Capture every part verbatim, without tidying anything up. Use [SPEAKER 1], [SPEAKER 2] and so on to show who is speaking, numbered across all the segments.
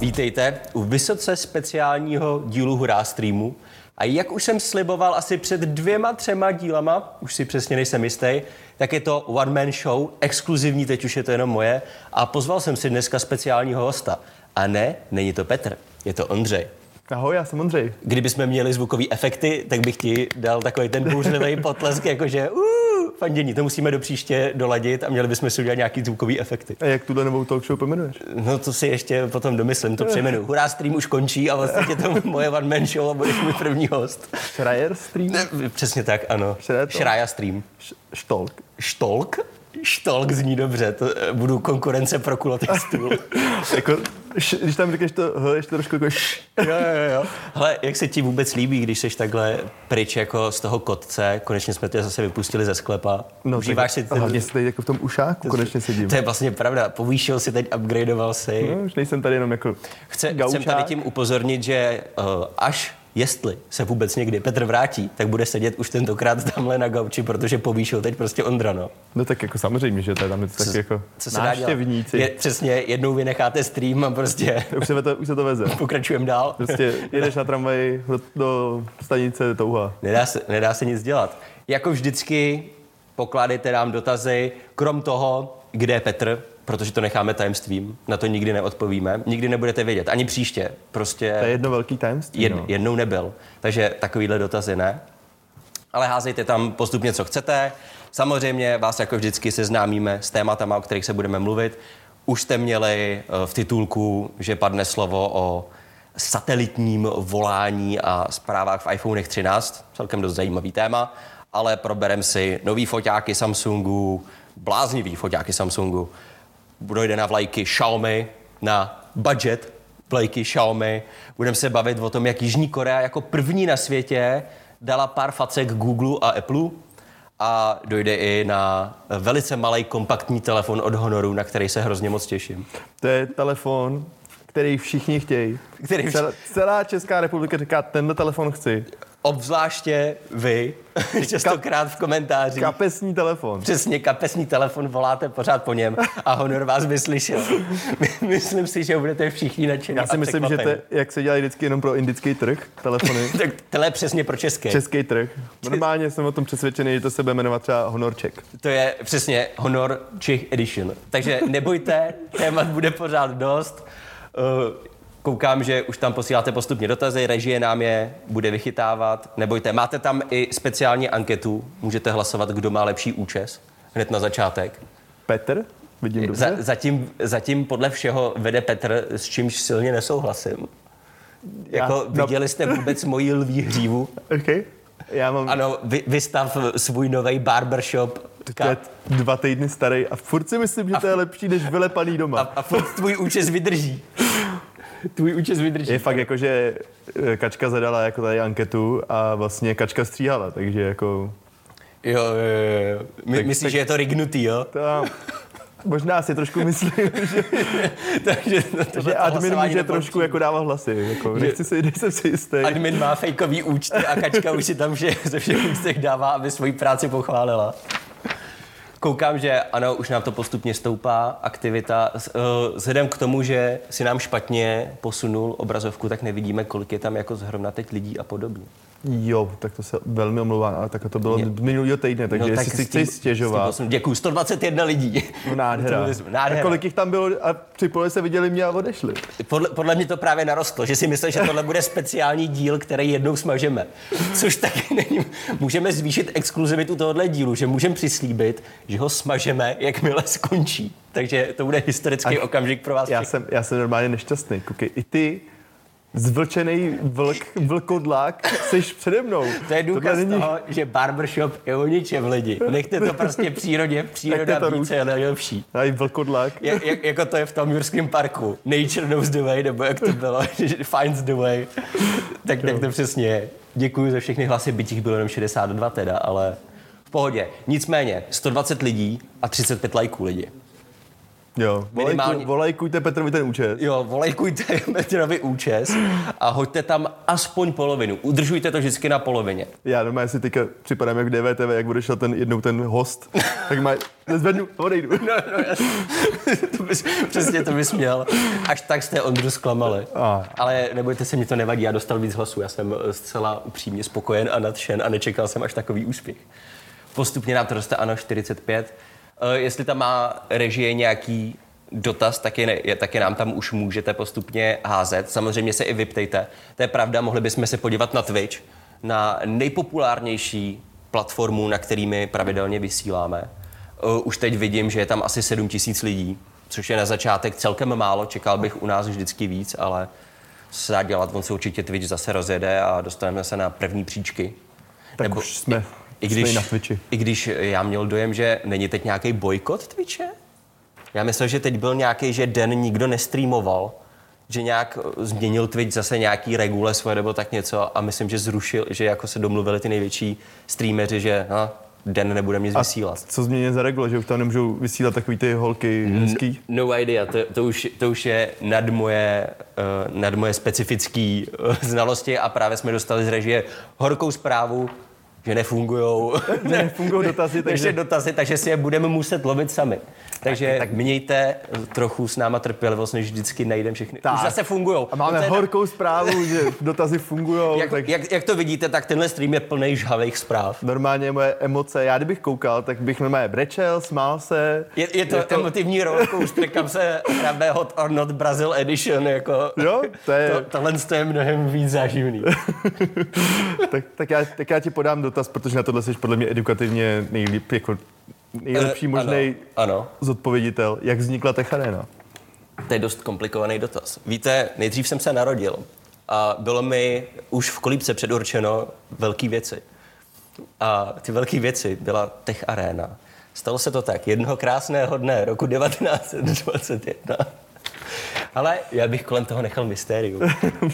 [SPEAKER 1] Vítejte u vysoce speciálního dílu Hurá streamu. A jak už jsem sliboval asi před dvěma, třema dílama, už si přesně nejsem jistý, tak je to one man show, exkluzivní, teď už je to jenom moje. A pozval jsem si dneska speciálního hosta. A ne, není to Petr, je to Ondřej.
[SPEAKER 2] Ahoj, já jsem Ondřej.
[SPEAKER 1] Kdybychom měli zvukové efekty, tak bych ti dal takový ten bouřlivý potlesk, jakože uh, fandění, to musíme do příště doladit a měli bychom si udělat nějaký zvukový efekty.
[SPEAKER 2] A jak tuhle novou talk show pojmenuješ?
[SPEAKER 1] No to si ještě potom domyslím, to přejmenuji. Hurá stream už končí a vlastně to moje one man show a budeš můj první host.
[SPEAKER 2] Schreier stream?
[SPEAKER 1] Ne, přesně tak, ano. Schreier stream.
[SPEAKER 2] Štolk.
[SPEAKER 1] Štolk? Štolk zní dobře, to budu konkurence pro kulatý stůl.
[SPEAKER 2] Jako, š, když tam řekneš to, hele, ještě trošku jako š.
[SPEAKER 1] Jo, jo, jo. Hele, jak se ti vůbec líbí, když jsi takhle pryč jako z toho kotce, konečně jsme tě zase vypustili ze sklepa.
[SPEAKER 2] No,
[SPEAKER 1] Užíváš si ten...
[SPEAKER 2] hlavně si tady jako v tom ušáku konečně sedím.
[SPEAKER 1] To je vlastně pravda, povýšil si teď, upgradeoval si.
[SPEAKER 2] No, už nejsem tady jenom jako
[SPEAKER 1] Chce, Chcem tady tím upozornit, že uh, až jestli se vůbec někdy Petr vrátí, tak bude sedět už tentokrát tamhle na gauči, protože povýšil teď prostě Ondra, no.
[SPEAKER 2] No tak jako samozřejmě, že to je tam něco tak jako
[SPEAKER 1] co se návštěvníci. Je, přesně, jednou vynecháte stream a prostě...
[SPEAKER 2] Už se to, už se to veze.
[SPEAKER 1] Pokračujeme dál.
[SPEAKER 2] Prostě jedeš na tramvaji do, do stanice Touha.
[SPEAKER 1] Nedá se, nedá se nic dělat. Jako vždycky pokládejte nám dotazy, krom toho, kde je Petr, protože to necháme tajemstvím, na to nikdy neodpovíme, nikdy nebudete vědět, ani příště, prostě...
[SPEAKER 2] To je jedno velký tajemství,
[SPEAKER 1] jed,
[SPEAKER 2] no.
[SPEAKER 1] Jednou nebyl, takže takovýhle dotazy ne. Ale házejte tam postupně, co chcete. Samozřejmě vás jako vždycky seznámíme s tématama, o kterých se budeme mluvit. Už jste měli v titulku, že padne slovo o satelitním volání a zprávách v iPhonech třináct, celkem dost zajímavý téma, ale probereme si nový foťáky Samsungu, bláznivý foťáky Samsungu, dojde na vlajky Xiaomi, na budget vlajky Xiaomi. Budeme se bavit o tom, jak Jižní Korea jako první na světě dala pár facek Google a Apple a dojde i na velice malej kompaktní telefon od Honoru, na který se hrozně moc těším.
[SPEAKER 2] To je telefon, který všichni chtějí.
[SPEAKER 1] Který vš...
[SPEAKER 2] Celá, celá Česká republika říká, tenhle telefon chci.
[SPEAKER 1] Obzvláště vy, častokrát v komentářích.
[SPEAKER 2] Kapesní telefon.
[SPEAKER 1] Přesně, kapesní telefon, voláte pořád po něm a Honor vás vyslyšel. Myslím si, že budete všichni nadšení.
[SPEAKER 2] Já si myslím, že te, jak se dělají vždycky jenom pro indický trh, telefony.
[SPEAKER 1] Tak tohle je přesně pro český.
[SPEAKER 2] Český trh. Normálně jsem o tom přesvědčený, že to se bude jmenovat třeba Honorček.
[SPEAKER 1] To je přesně Honor Czech Edition. Takže nebojte, témat bude pořád dost. Uh, Koukám, že už tam posíláte postupně dotazy, režie nám je bude vychytávat. Nebojte, máte tam i speciální anketu, můžete hlasovat, kdo má lepší účes, hned na začátek.
[SPEAKER 2] Petr? Vidím dobře.
[SPEAKER 1] Za, zatím, zatím podle všeho vede Petr, s čímž silně nesouhlasím. Jako Já, no. Viděli jste vůbec moji lví hřívu?
[SPEAKER 2] Okay. Já mám...
[SPEAKER 1] Ano, vy, vystav svůj novej barbershop.
[SPEAKER 2] To je dva týdny starý a furt si myslím, že a to je lepší, než vylepaný doma.
[SPEAKER 1] A, a furt tvůj účes vydrží. Tvůj účes vydrží.
[SPEAKER 2] Je fakt jako, že Kačka zadala jako tady anketu a vlastně Kačka stříhala, takže jako...
[SPEAKER 1] Jo, jo, jo. My, tak, myslíš, tak, že je to rignutý, jo?
[SPEAKER 2] To možná si trošku myslím, že,
[SPEAKER 1] takže to, to,
[SPEAKER 2] že admin může trošku jako dávat hlasy. Jako, že, nechci si, nejsem si jistý.
[SPEAKER 1] Admin má fejkový účty a Kačka už si tam vše, ze všech účtech dává, aby svoji práci pochválila. Koukám, že ano, už nám to postupně stoupá, aktivita. Vzhledem k tomu, že si nám špatně posunul obrazovku, tak nevidíme, kolik je tam jako zhrovna teď lidí a podobně.
[SPEAKER 2] Jo, tak to se velmi omlouvám, ale tak to bylo Mě... minulýho týdne, takže no, tak jestli si chceš stěžovat.
[SPEAKER 1] Děkuju, sto dvacet jedna lidí.
[SPEAKER 2] No, nádhera. nádhera. A kolik jich tam bylo a připojili se, viděli mě a odešli.
[SPEAKER 1] Podle, podle mě to právě narostlo, že si myslel, že tohle bude speciální díl, který jednou smažeme. Což taky není. Můžeme zvýšit exkluzivitu tohohle dílu, že můžeme přislíbit, že ho smažeme, jakmile skončí. Takže to bude historický a okamžik pro vás.
[SPEAKER 2] Já jsem, já jsem normálně nešťastný. Koukej, i ty zvlčený vlk, vlkodlák seš přede mnou.
[SPEAKER 1] To je důkaz není... toho, že barbershop je o ničem lidi. Nechte to prostě přírodě, příroda více je nejlepší.
[SPEAKER 2] A i vlkodlák.
[SPEAKER 1] Je, jak, jako to je v tom Jurském parku. Nature knows the way, nebo jak to bylo, finds the way. Tak, tak to přesně je. Děkuji za všechny hlasy, byť jich bylo jenom šedesát dva teda, ale v pohodě. Nicméně, sto dvacet lidí a třicet pět lajků lidi.
[SPEAKER 2] Jo, volejku,
[SPEAKER 1] Minimálně-
[SPEAKER 2] volejkujte Petrovi ten účet.
[SPEAKER 1] Jo, volejkujte Petrovi účes a hoďte tam aspoň polovinu. Udržujte to vždycky na polovině.
[SPEAKER 2] Já normálně si teďka připadám jak D V T V, jak odešel ten jednou ten host, tak má, nezvednu, odejdu.
[SPEAKER 1] No, no, jasně. to bys, přesně to bys měl. Až tak jste Ondru zklamali.
[SPEAKER 2] A.
[SPEAKER 1] Ale nebojte se, mi to nevadí, já dostal víc hlasů. Já jsem zcela upřímně spokojen a nadšen a nečekal jsem až takový úspěch. Postupně nám to roste, ano, čtyřicet pět. Uh, jestli tam má režie nějaký dotaz, tak je, je, tak je nám tam už můžete postupně házet. Samozřejmě se i vyptejte. To je pravda, mohli bychom se podívat na Twitch, na nejpopulárnější platformu, na kterými pravidelně vysíláme. Uh, už teď vidím, že je tam asi sedm tisíc lidí, což je na začátek celkem málo. Čekal bych u nás vždycky víc, ale co se dá dělat, on se určitě Twitch zase rozjede a dostaneme se na první příčky.
[SPEAKER 2] Tak Nebo, už jsme,
[SPEAKER 1] i
[SPEAKER 2] jsme
[SPEAKER 1] když,
[SPEAKER 2] na Twitchi.
[SPEAKER 1] I když já měl dojem, že není teď nějaký bojkot Twitche? Já myslel, že teď byl nějaký, že den nikdo nestreamoval, že nějak změnil Twitch zase nějaký regule svoje nebo tak něco a myslím, že zrušil, že jako se domluvili ty největší streameři, že no, den nebudeme nic vysílat.
[SPEAKER 2] A co změní za regule, že už tam nemůžou vysílat takový ty holky hezký?
[SPEAKER 1] No idea, to, to, už, to už je nad moje, uh, nad moje specifické uh, znalosti a právě jsme dostali z režie horkou zprávu, že nefungujou.
[SPEAKER 2] Ne, nefungují dotazy, takže...
[SPEAKER 1] dotazy, takže si je budeme muset lovit sami. Takže tak, tak mějte trochu s náma trpělivost, než vždycky najdeme všechny. Tak. Už zase fungujou.
[SPEAKER 2] A máme
[SPEAKER 1] no
[SPEAKER 2] horkou zprávu, že dotazy fungujou.
[SPEAKER 1] Jak,
[SPEAKER 2] tak...
[SPEAKER 1] jak, jak to vidíte, tak tenhle stream je plný žhavých zpráv.
[SPEAKER 2] Normálně moje emoce, já kdybych koukal, tak bych normálně brečel, smál se.
[SPEAKER 1] Je, je to je to... emotivní rollercoaster, kam se hrabe Hot or Not Brazil Edition. Jako...
[SPEAKER 2] Jo, to je...
[SPEAKER 1] To, tohle je mnohem víc záživný.
[SPEAKER 2] tak, tak, já, tak já ti podám dotaz, protože na tohle jsi podle mě edukativně nejlíp, jako nejlepší
[SPEAKER 1] uh,
[SPEAKER 2] možný
[SPEAKER 1] ano, ano.
[SPEAKER 2] zodpověditel. Jak vznikla Tech Arena?
[SPEAKER 1] To je dost komplikovaný dotaz. Víte, nejdřív jsem se narodil a bylo mi už v kolíbce předurčeno velké věci. A ty velké věci byla Tech Arena. Stalo se to tak jednoho krásného dne roku devatenáct set dvacet jedna. Ale já bych kolem toho nechal mystérium.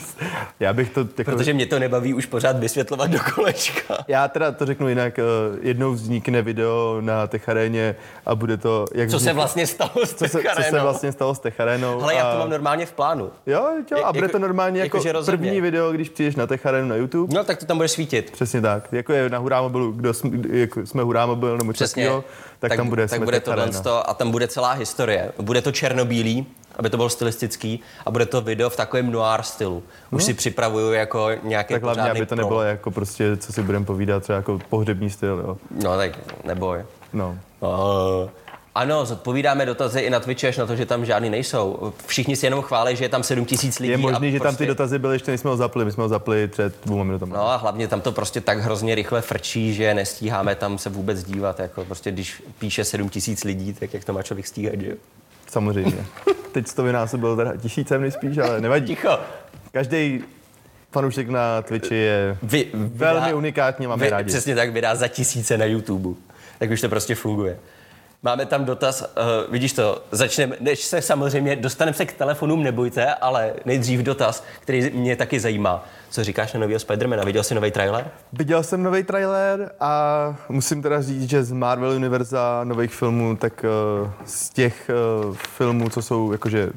[SPEAKER 2] Já bych to... Jako...
[SPEAKER 1] Protože mě to nebaví už pořád vysvětlovat do kolečka.
[SPEAKER 2] Já teda to řeknu jinak. Jednou vznikne video na Tech Aréně a bude to... Jak
[SPEAKER 1] co
[SPEAKER 2] vznikne...
[SPEAKER 1] se vlastně stalo s Tech
[SPEAKER 2] co se,
[SPEAKER 1] Arénou.
[SPEAKER 2] Co se vlastně stalo s Tech Arénou.
[SPEAKER 1] Ale já
[SPEAKER 2] a...
[SPEAKER 1] to mám normálně v plánu.
[SPEAKER 2] Jo, jo a bude
[SPEAKER 1] jako,
[SPEAKER 2] to normálně jako,
[SPEAKER 1] jako
[SPEAKER 2] první video, když přijdeš na Tech Arénu na YouTube.
[SPEAKER 1] No, tak to tam bude svítit.
[SPEAKER 2] Přesně tak. Jako je na Hurá mobilu, kdo jsme, jako jsme Hurá mobil nebo Českýho, tak, tak tam bude
[SPEAKER 1] tak bude tohle a tam bude celá historie. Bude to černobílý, aby to bylo stylistický a bude to video v takovém noir stylu. Už no. si připravuju jako nějaký
[SPEAKER 2] tak hlavně, aby to
[SPEAKER 1] pro.
[SPEAKER 2] nebylo jako prostě, co si budeme povídat, třeba jako pohřební styl, jo.
[SPEAKER 1] No tak neboj.
[SPEAKER 2] No.
[SPEAKER 1] Uh, ano, zodpovídáme dotazy i na Twitchi, až na to, že tam žádný nejsou. Všichni si jenom chválí, že je tam sedm tisíc lidí.
[SPEAKER 2] Je možný, že
[SPEAKER 1] prostě...
[SPEAKER 2] tam ty dotazy byly, ještě nejsme ho zapli, my jsme ho zapli před dvouma minutami.
[SPEAKER 1] No a hlavně tam to prostě tak hrozně rychle frčí, že nestíháme tam se vůbec dívat. Jako prostě když píše sedm tisíc lidí, tak jak to má člověk stíhat, že jo?
[SPEAKER 2] Samozřejmě. Teď to vynásobil teda tisícem nejspíš, ale nevadí.
[SPEAKER 1] Ticho.
[SPEAKER 2] Každý fanoušek na Twitchi je vy, velmi vydá, unikátní, máme vy, rádi.
[SPEAKER 1] Přesně tak, vydá za tisíce na YouTube. Tak už to prostě funguje. Máme tam dotaz, uh, vidíš to, začneme, než se samozřejmě, dostaneme se k telefonům, nebojte, ale nejdřív dotaz, který mě taky zajímá. Co říkáš na novýho Spidermana? Viděl jsi nový trailer?
[SPEAKER 2] Viděl jsem nový trailer a musím teda říct, že z Marvel univerza nových filmů, tak uh, z těch uh, filmů, co jsou jakože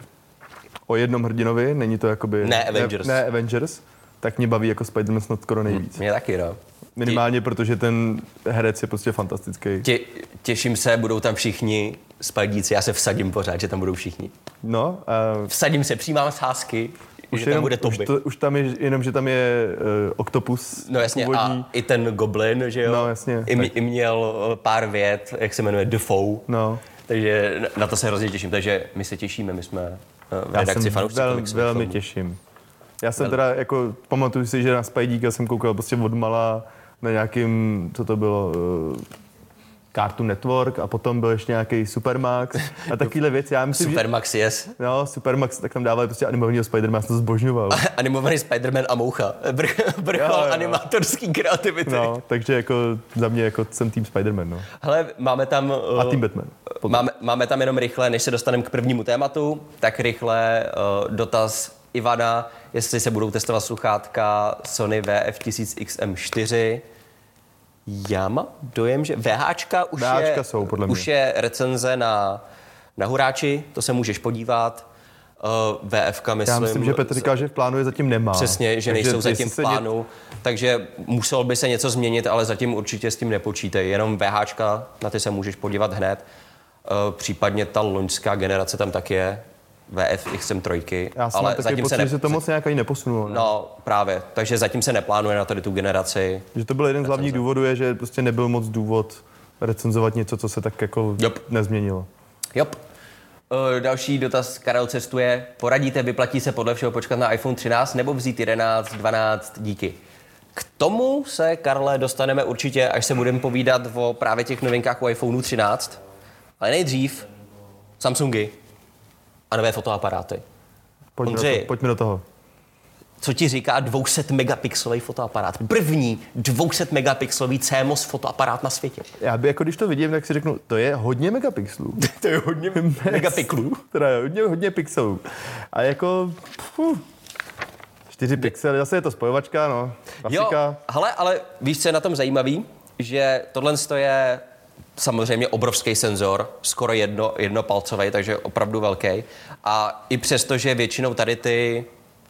[SPEAKER 2] o jednom hrdinovi, není to jakoby...
[SPEAKER 1] Ne Avengers.
[SPEAKER 2] Ne, ne Avengers, tak mě baví jako Spider-Man snad skoro nejvíc.
[SPEAKER 1] Mě taky, no.
[SPEAKER 2] Minimálně, Tě... protože ten herec je prostě fantastický.
[SPEAKER 1] Tě, těším se, budou tam všichni Spideíci, já se vsadím pořád, že tam budou všichni.
[SPEAKER 2] No. Uh...
[SPEAKER 1] Vsadím se, přijímám sázky, už že jenom, tam bude Toby.
[SPEAKER 2] Už, to, už tam je jenom, že tam je uh, Octopus.
[SPEAKER 1] No jasně, původní. A i ten Goblin, že jo?
[SPEAKER 2] No jasně.
[SPEAKER 1] I, I měl pár vět, jak se jmenuje, Defoe.
[SPEAKER 2] No.
[SPEAKER 1] Takže na to se hrozně těším, takže my se těšíme, my jsme v redakci fanoušci
[SPEAKER 2] vel,
[SPEAKER 1] komiksů.
[SPEAKER 2] Velmi těším. Já jsem teda, jako, pamatuju si, že na Spideyka jsem koukal prostě odmala na nějakým, co to bylo, uh, Cartoon Network a potom byl ještě nějaký Supermax a takovýhle věci. Já myslím,
[SPEAKER 1] Supermax,
[SPEAKER 2] že,
[SPEAKER 1] yes.
[SPEAKER 2] No, Supermax, tak tam dávali prostě animovanýho Spidermana, já jsem to zbožňoval.
[SPEAKER 1] Animovaný Spiderman a moucha. Vrchol animátorský kreativity.
[SPEAKER 2] No, takže jako za mě jako jsem tým Spiderman, no.
[SPEAKER 1] Hele, máme tam... Uh,
[SPEAKER 2] a tým Batman.
[SPEAKER 1] Máme, máme tam jenom rychle, než se dostaneme k prvnímu tématu, tak rychle uh, dotaz Ivana, jestli se budou testovat sluchátka Sony V F tisíc X M čtyři. Já mám dojem, že VHčka už,
[SPEAKER 2] VHčka
[SPEAKER 1] je,
[SPEAKER 2] jsou, podle mě.
[SPEAKER 1] už je recenze na, Na Huráči, to se můžeš podívat. Uh, VFka, myslím.
[SPEAKER 2] Já myslím, že Petr říká, že v plánu je zatím nemá.
[SPEAKER 1] Přesně, že nejsou zatím v plánu, ně... takže musel by se něco změnit, ale zatím určitě s tím nepočítej. Jenom VHčka, na ty se můžeš podívat hned. Uh, případně ta loňská generace tam taky je. V F X M tři.
[SPEAKER 2] Já jsem
[SPEAKER 1] ale
[SPEAKER 2] taky
[SPEAKER 1] zatím
[SPEAKER 2] pocit,
[SPEAKER 1] se ne...
[SPEAKER 2] že se to moc nějak ani neposunulo. Ne?
[SPEAKER 1] No, právě. Takže zatím se neplánuje na tady tu generaci.
[SPEAKER 2] Že to byl jeden z hlavních důvodů, je, že prostě nebyl moc důvod recenzovat něco, co se tak jako
[SPEAKER 1] Jop.
[SPEAKER 2] nezměnilo.
[SPEAKER 1] Jop. Uh, další dotaz. Karel cestuje. Poradíte, vyplatí se podle všeho počkat na iPhone třináct nebo vzít jedenáct, dvanáct? Díky. K tomu se, Karle, dostaneme určitě, až se budeme povídat o právě těch novinkách u iPhoneu třináct. Ale nejdřív Samsungy a nové fotoaparáty.
[SPEAKER 2] Pojďme,
[SPEAKER 1] Ondřej,
[SPEAKER 2] do, to, pojďme do toho.
[SPEAKER 1] Co ti říká dvě stě megapixelový fotoaparát? První dvě stě megapixelový C M O S fotoaparát na světě.
[SPEAKER 2] Já by jako když to vidím, tak si řeknu, to je hodně megapixelů.
[SPEAKER 1] To je hodně megapixelů.
[SPEAKER 2] Teda je hodně, hodně pixelů. A jako pfuh, čtyři pixely, zase je to spojovačka, no. Klasika.
[SPEAKER 1] Jo, hele, ale víš, co je na tom zajímavý? Že tohle je samozřejmě obrovský senzor, skoro jedno, jednopalcový, takže opravdu velký. A i přesto, že většinou tady ty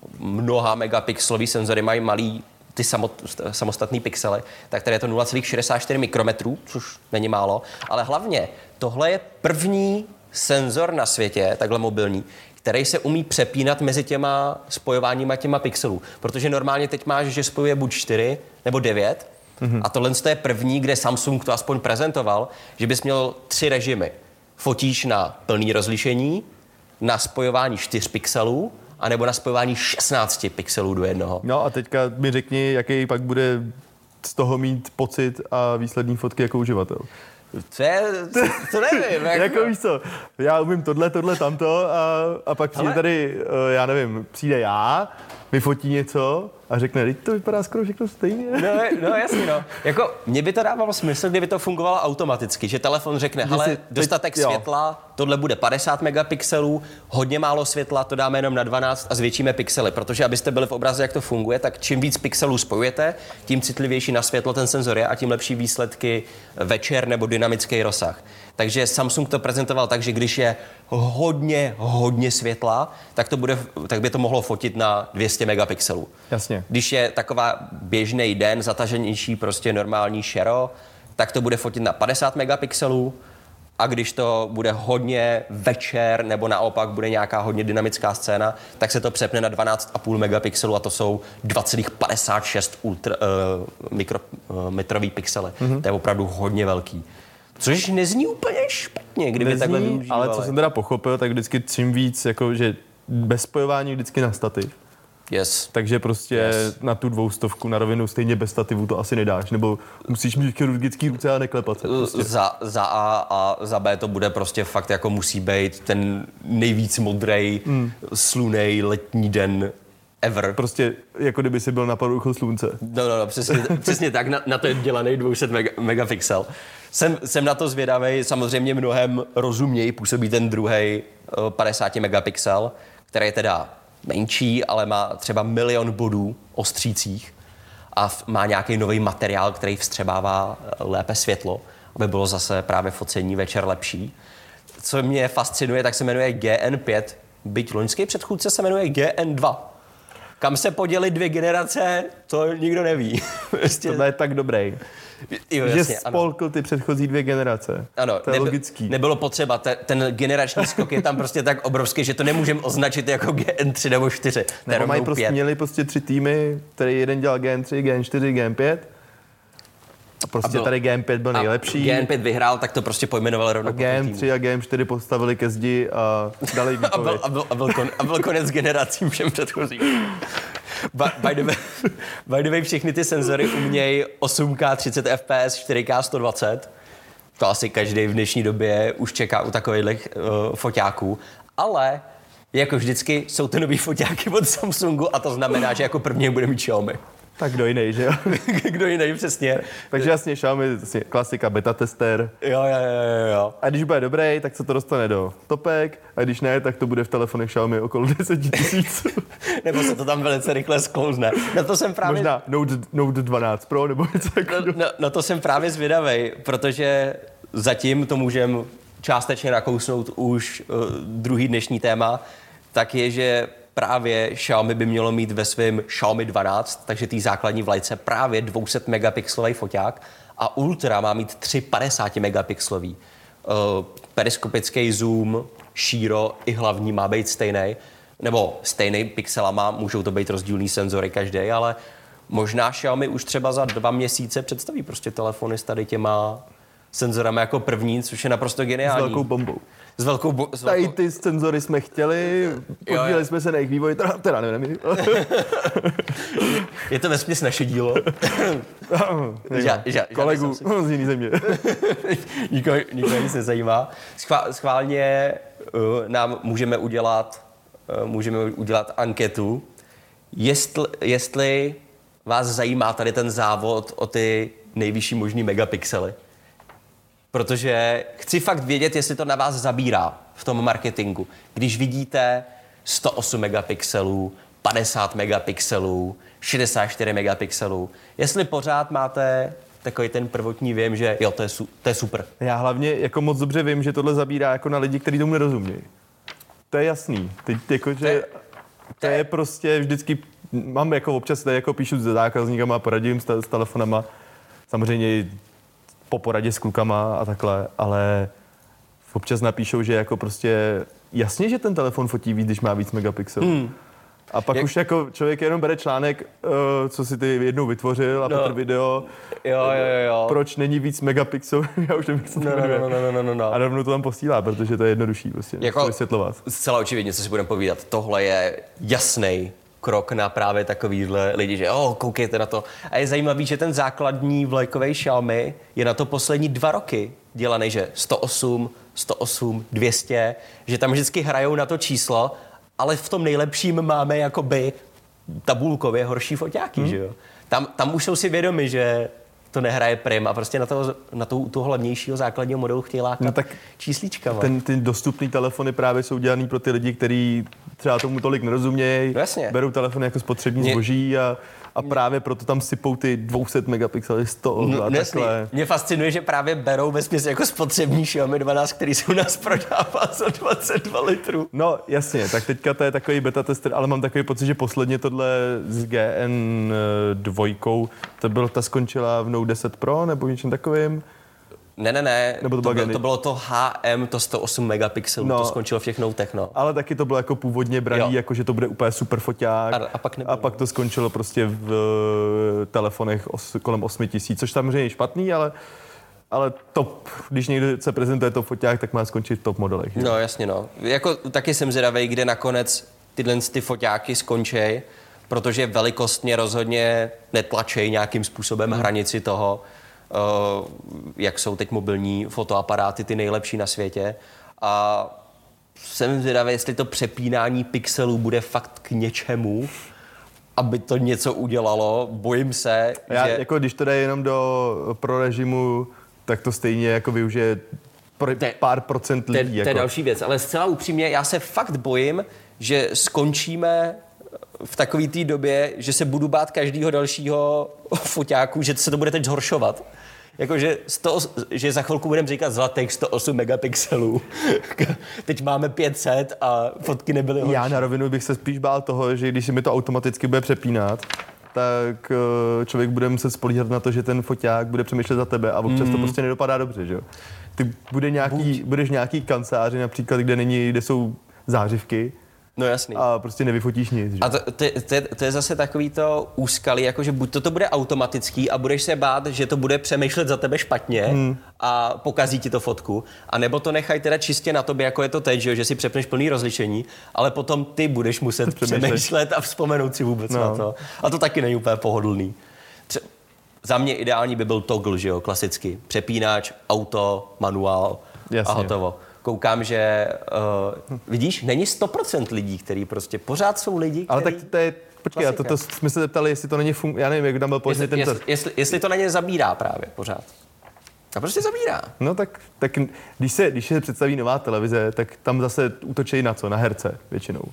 [SPEAKER 1] mnoha megapixelový senzory mají malý ty samot, samostatný pixely, tak tady je to nula celá šedesát čtyři mikrometrů, což není málo, ale hlavně tohle je první senzor na světě, takhle mobilní, který se umí přepínat mezi těma spojováníma těma pixelů. Protože normálně teď máš, že spojuje buď čtyři nebo devět, mm-hmm. a tohle je první, kde Samsung to aspoň prezentoval, že bys měl tři režimy. Fotíš na plný rozlišení, na spojování čtyř pixelů, anebo na spojování šestnáct pixelů do jednoho.
[SPEAKER 2] No a teďka mi řekni, jaký pak bude z toho mít pocit a výsledný fotky jako uživatel.
[SPEAKER 1] To je, to nevím.
[SPEAKER 2] Jak jako víš co, já umím tohle, tohle, tamto a, a pak přijde Ale... tady, já nevím, přijde já, vyfotí něco a řekne, teď to vypadá skoro všechno stejně.
[SPEAKER 1] No, no jasně, no. Jako, mně by to dávalo smysl, kdyby to fungovalo automaticky, že telefon řekne, hele, teď, dostatek jo. světla, tohle bude padesát megapixelů, hodně málo světla, to dáme jenom na dvanáct a zvětšíme pixely, protože abyste byli v obraze, jak to funguje, tak čím víc pixelů spojujete, tím citlivější na světlo ten senzor je a tím lepší výsledky večer nebo dynamický rozsah. Takže Samsung to prezentoval tak, že když je hodně, hodně světla, tak, to bude, tak by to mohlo fotit na dvě stě megapixelů.
[SPEAKER 2] Jasně.
[SPEAKER 1] Když je taková běžný den, zataženější, prostě normální šero, tak to bude fotit na padesát megapixelů a když to bude hodně večer nebo naopak bude nějaká hodně dynamická scéna, tak se to přepne na dvanáct celá pět megapixelů a to jsou dva celá padesát šest ultra, uh, mikrometrový uh, pixely. Mm-hmm. To je opravdu hodně velký. Což nezní úplně špatně, kdyby
[SPEAKER 2] nezní,
[SPEAKER 1] takhle využívali.
[SPEAKER 2] Ale co jsem teda pochopil, tak vždycky čím víc, jako, že bez spojování vždycky na stativ.
[SPEAKER 1] Yes.
[SPEAKER 2] Takže prostě yes. na tu dvoustovku na rovinu stejně bez stativu to asi nedáš, nebo musíš mít chirurgický ruce a neklepat se. Prostě.
[SPEAKER 1] Za, za A a za B to bude prostě fakt jako musí být ten nejvíc modrej, mm. slunej letní den ever.
[SPEAKER 2] Prostě jako kdyby si byl na povrchu slunce.
[SPEAKER 1] No, no, no, přesně, přesně tak, na, na to je dělaný dvě stě megapixel. Jsem, jsem na to zvědavej, samozřejmě mnohem rozuměji působí ten druhý padesát megapixel, který je teda menší, ale má třeba milion bodů ostřících a má nějaký nový materiál, který vstřebává lépe světlo, aby bylo zase právě focení večer lepší. Co mě fascinuje, tak se jmenuje G N pět, byť loňský předchůdce se jmenuje G N dva. Kam se poděly dvě generace, to nikdo neví.
[SPEAKER 2] Prostě... Tohle je tak dobrý.
[SPEAKER 1] Jo,
[SPEAKER 2] že
[SPEAKER 1] jasně,
[SPEAKER 2] spolkl ty předchozí dvě generace.
[SPEAKER 1] Ano,
[SPEAKER 2] to je
[SPEAKER 1] neby,
[SPEAKER 2] logický.
[SPEAKER 1] Nebylo potřeba, te, ten generační skok je tam prostě tak obrovský, že to nemůžeme označit jako G N tři nebo čtyři.
[SPEAKER 2] Nebo mají prostě, měli prostě tři týmy, který jeden dělal G N tři, G N čtyři, G N pět. A prostě a byl, tady G N pět byl nejlepší.
[SPEAKER 1] G N pět vyhrál, tak to prostě pojmenovali rovnou.
[SPEAKER 2] A G N tři a G N čtyři postavili ke zdi a dali výpověď.
[SPEAKER 1] a, byl, a, byl, a, byl kon, a byl konec generacím všem předchozím. By, by, the way, by the way, všechny ty senzory umějí osm K třicet F P S, čtyři K sto dvacet. To asi každý v dnešní době už čeká u takových uh, foťáků. Ale jako vždycky jsou to nový foťáky od Samsungu a to znamená, že jako první bude mít Xiaomi.
[SPEAKER 2] Tak kdo jiný, že jo?
[SPEAKER 1] Kdo jiný, přesně.
[SPEAKER 2] Takže jasně Xiaomi, vlastně klasika, beta tester.
[SPEAKER 1] Jo, jo, jo, jo.
[SPEAKER 2] A když bude dobrý, tak se to dostane do topek, a když ne, tak to bude v telefonech Xiaomi okolo deset tisíc.
[SPEAKER 1] Nebo se to tam velice rychle sklouzne. Na to jsem právě...
[SPEAKER 2] Možná Note, Note dvanáct Pro, nebo něco
[SPEAKER 1] takového. Na, na, na to jsem právě zvědavej, protože zatím to můžem částečně nakousnout už uh, druhý dnešní téma, tak je, že právě Xiaomi by mělo mít ve svém Xiaomi dvanáct, takže té základní vlajce právě dvě stě megapixelový foťák a Ultra má mít tři padesát megapixelový. Uh, periskopický zoom, šíro i hlavní má být stejný, nebo stejný pixelama, můžou to být rozdílný senzory každý, ale možná Xiaomi už třeba za dva měsíce představí prostě telefony s tady těma senzorama jako první, což je naprosto geniální.
[SPEAKER 2] S velkou bombou.
[SPEAKER 1] S velkou bo- s
[SPEAKER 2] Tady
[SPEAKER 1] velkou...
[SPEAKER 2] ty senzory jsme chtěli, podíleli jsme se na jejich vývoji, teda, teda nevím.
[SPEAKER 1] Je to vesměs naše dílo. ža, ža,
[SPEAKER 2] Kolegu z jiný země.
[SPEAKER 1] nikoho, nikoho nic nezajímá. Schvál, schválně uh, nám můžeme udělat, uh, můžeme udělat anketu, jestli, jestli vás zajímá tady ten závod o ty nejvyšší možný megapixely. Protože chci fakt vědět, jestli to na vás zabírá v tom marketingu. Když vidíte sto osm megapixelů, padesát megapixelů, šedesát čtyři megapixelů, jestli pořád máte takový ten prvotní věm, že jo, to je, su- to je super.
[SPEAKER 2] Já hlavně jako moc dobře vím, že tohle zabírá jako na lidi, kteří tomu nerozumějí. To je jasný. Teď jako, že
[SPEAKER 1] To je-
[SPEAKER 2] to je prostě vždycky, mám jako občas tady jako píšu s zákazníkama, poradím s, s telefonama, samozřejmě po poradě s klukama a takhle, ale občas napíšou, že jako prostě jasně, že ten telefon fotí víc, když má víc megapixelů. Hmm. A pak
[SPEAKER 1] Jak...
[SPEAKER 2] už jako člověk jenom bere článek, uh, co si ty jednou vytvořil a
[SPEAKER 1] No.
[SPEAKER 2] Petr video.
[SPEAKER 1] Jo, jo, jo, jo.
[SPEAKER 2] Proč není víc megapixelů? Já už nevím, co to
[SPEAKER 1] No, no,
[SPEAKER 2] jmenuje.
[SPEAKER 1] no, no, no, no, no.
[SPEAKER 2] A rovnou to tam posílá, protože to je jednodušší prostě
[SPEAKER 1] Jako-
[SPEAKER 2] vysvětlovat.
[SPEAKER 1] Zcela očividně, co si budeme povídat, tohle je jasný krok na právě takovýhle lidi, že oh, koukejte na to. A je zajímavý, že ten základní vlajkový Xiaomi je na to poslední dva roky dělaný, že sto osm, sto osm, dvě stě, že tam vždycky hrajou na to číslo, ale v tom nejlepším máme jakoby tabulkově horší foťáky, hmm. že jo. Tam, tam už jsou si vědomi, že to nehraje prim a prostě na toho, na toho, toho hlavnějšího základního modelu chtějí lákat
[SPEAKER 2] No tak
[SPEAKER 1] číslíčkama.
[SPEAKER 2] Ten, ty dostupný telefony právě jsou dělaný pro ty lidi, kteří třeba tomu tolik nerozumějí,
[SPEAKER 1] No jasně.
[SPEAKER 2] berou telefony jako spotřební
[SPEAKER 1] Mě-
[SPEAKER 2] zboží a, a právě proto tam sypou ty dvě stě megapixely, sto
[SPEAKER 1] No,
[SPEAKER 2] a
[SPEAKER 1] jasný.
[SPEAKER 2] takhle.
[SPEAKER 1] Mě fascinuje, že právě berou vesměs jako spotřební Xiaomi dvanáct, který se u nás prodává za dvacet dva litrů.
[SPEAKER 2] No jasně, tak teďka to je takový beta tester, ale mám takový pocit, že posledně tohle s G N dva, to byl, ta skončila v Note deset Pro nebo něčem takovým.
[SPEAKER 1] Ne, ne, ne,
[SPEAKER 2] Nebo to
[SPEAKER 1] to,
[SPEAKER 2] byla
[SPEAKER 1] bylo,
[SPEAKER 2] Geny?
[SPEAKER 1] to bylo to H M, to sto osm megapixelů,
[SPEAKER 2] No.
[SPEAKER 1] to skončilo v těch notech, no.
[SPEAKER 2] Ale taky to bylo jako původně braný,
[SPEAKER 1] Jo.
[SPEAKER 2] jako že to bude úplně super foťák.
[SPEAKER 1] A- a pak nebylo.
[SPEAKER 2] a pak to skončilo prostě v eh, telefonech os, kolem osm tisíc, což samozřejmě je špatný, ale, ale top, když někdo se prezentuje top foťák, tak má skončit v top modelech. Že?
[SPEAKER 1] No jasně, no. Jako taky jsem zvědavej, kde nakonec tyhle ty foťáky skončí, protože velikostně rozhodně netlačej nějakým způsobem hranici toho, uh, jak jsou teď mobilní fotoaparáty, ty nejlepší na světě. A jsem zvědavý, jestli to přepínání pixelů bude fakt k něčemu, aby to něco udělalo. Bojím se,
[SPEAKER 2] Já,
[SPEAKER 1] že...
[SPEAKER 2] jako když to jde jenom do pro režimu, tak to stejně jako využije pro,
[SPEAKER 1] To je-
[SPEAKER 2] pár procent
[SPEAKER 1] To je,
[SPEAKER 2] lidí.
[SPEAKER 1] to je
[SPEAKER 2] jako.
[SPEAKER 1] další věc, ale zcela upřímně, já se fakt bojím, že skončíme v takové té době, že se budu bát každého dalšího foťáku, že se to bude teď zhoršovat. Jakože sto, že za chvilku budeme říkat zlatých sto osm megapixelů. Teď máme pět set a fotky nebyly horší.
[SPEAKER 2] Já na rovinu bych se spíš bál toho, že když se mi to automaticky bude přepínat, tak eh, člověk bude muset spolíhat na to, že ten foťák bude přemýšlet za tebe a občas
[SPEAKER 1] Mm.
[SPEAKER 2] to prostě nedopadá dobře, že jo. Ty bude nějaký, budeš nějaký kanceláři například, kde není, kde jsou zářivky
[SPEAKER 1] No jasný.
[SPEAKER 2] a prostě nevyfotíš nic, že?
[SPEAKER 1] A to, to, to, je, to je zase takový to úskalí, jakože buď to, to bude automatický a budeš se bát, že to bude přemýšlet za tebe špatně hmm. a pokazí ti to fotku, a nebo to nechaj teda čistě na tobě, jako je to teď, že, jo, že si přepneš plný rozlišení, ale potom ty budeš muset přemýšlet a vzpomenout si vůbec
[SPEAKER 2] No.
[SPEAKER 1] na to. A to taky není úplně pohodlný. Tře- za mě ideální by byl toggle, že jo, klasicky. Přepínač, auto, manuál
[SPEAKER 2] Jasně.
[SPEAKER 1] a hotovo. Koukám, že uh, vidíš, není sto procent lidí, kteří prostě pořád jsou lidi,
[SPEAKER 2] Ale
[SPEAKER 1] který...
[SPEAKER 2] tak to je, počkej, a to, to jsme se zeptali, jestli to není fun... já nevím, jak tam byl poslední
[SPEAKER 1] Jestli,
[SPEAKER 2] ten
[SPEAKER 1] jestli,
[SPEAKER 2] test.
[SPEAKER 1] jestli, jestli to na ně zabírá právě pořád. A prostě zabírá.
[SPEAKER 2] No tak, tak když, se, když se představí nová televize, tak tam zase útočí na co? Na herce většinou.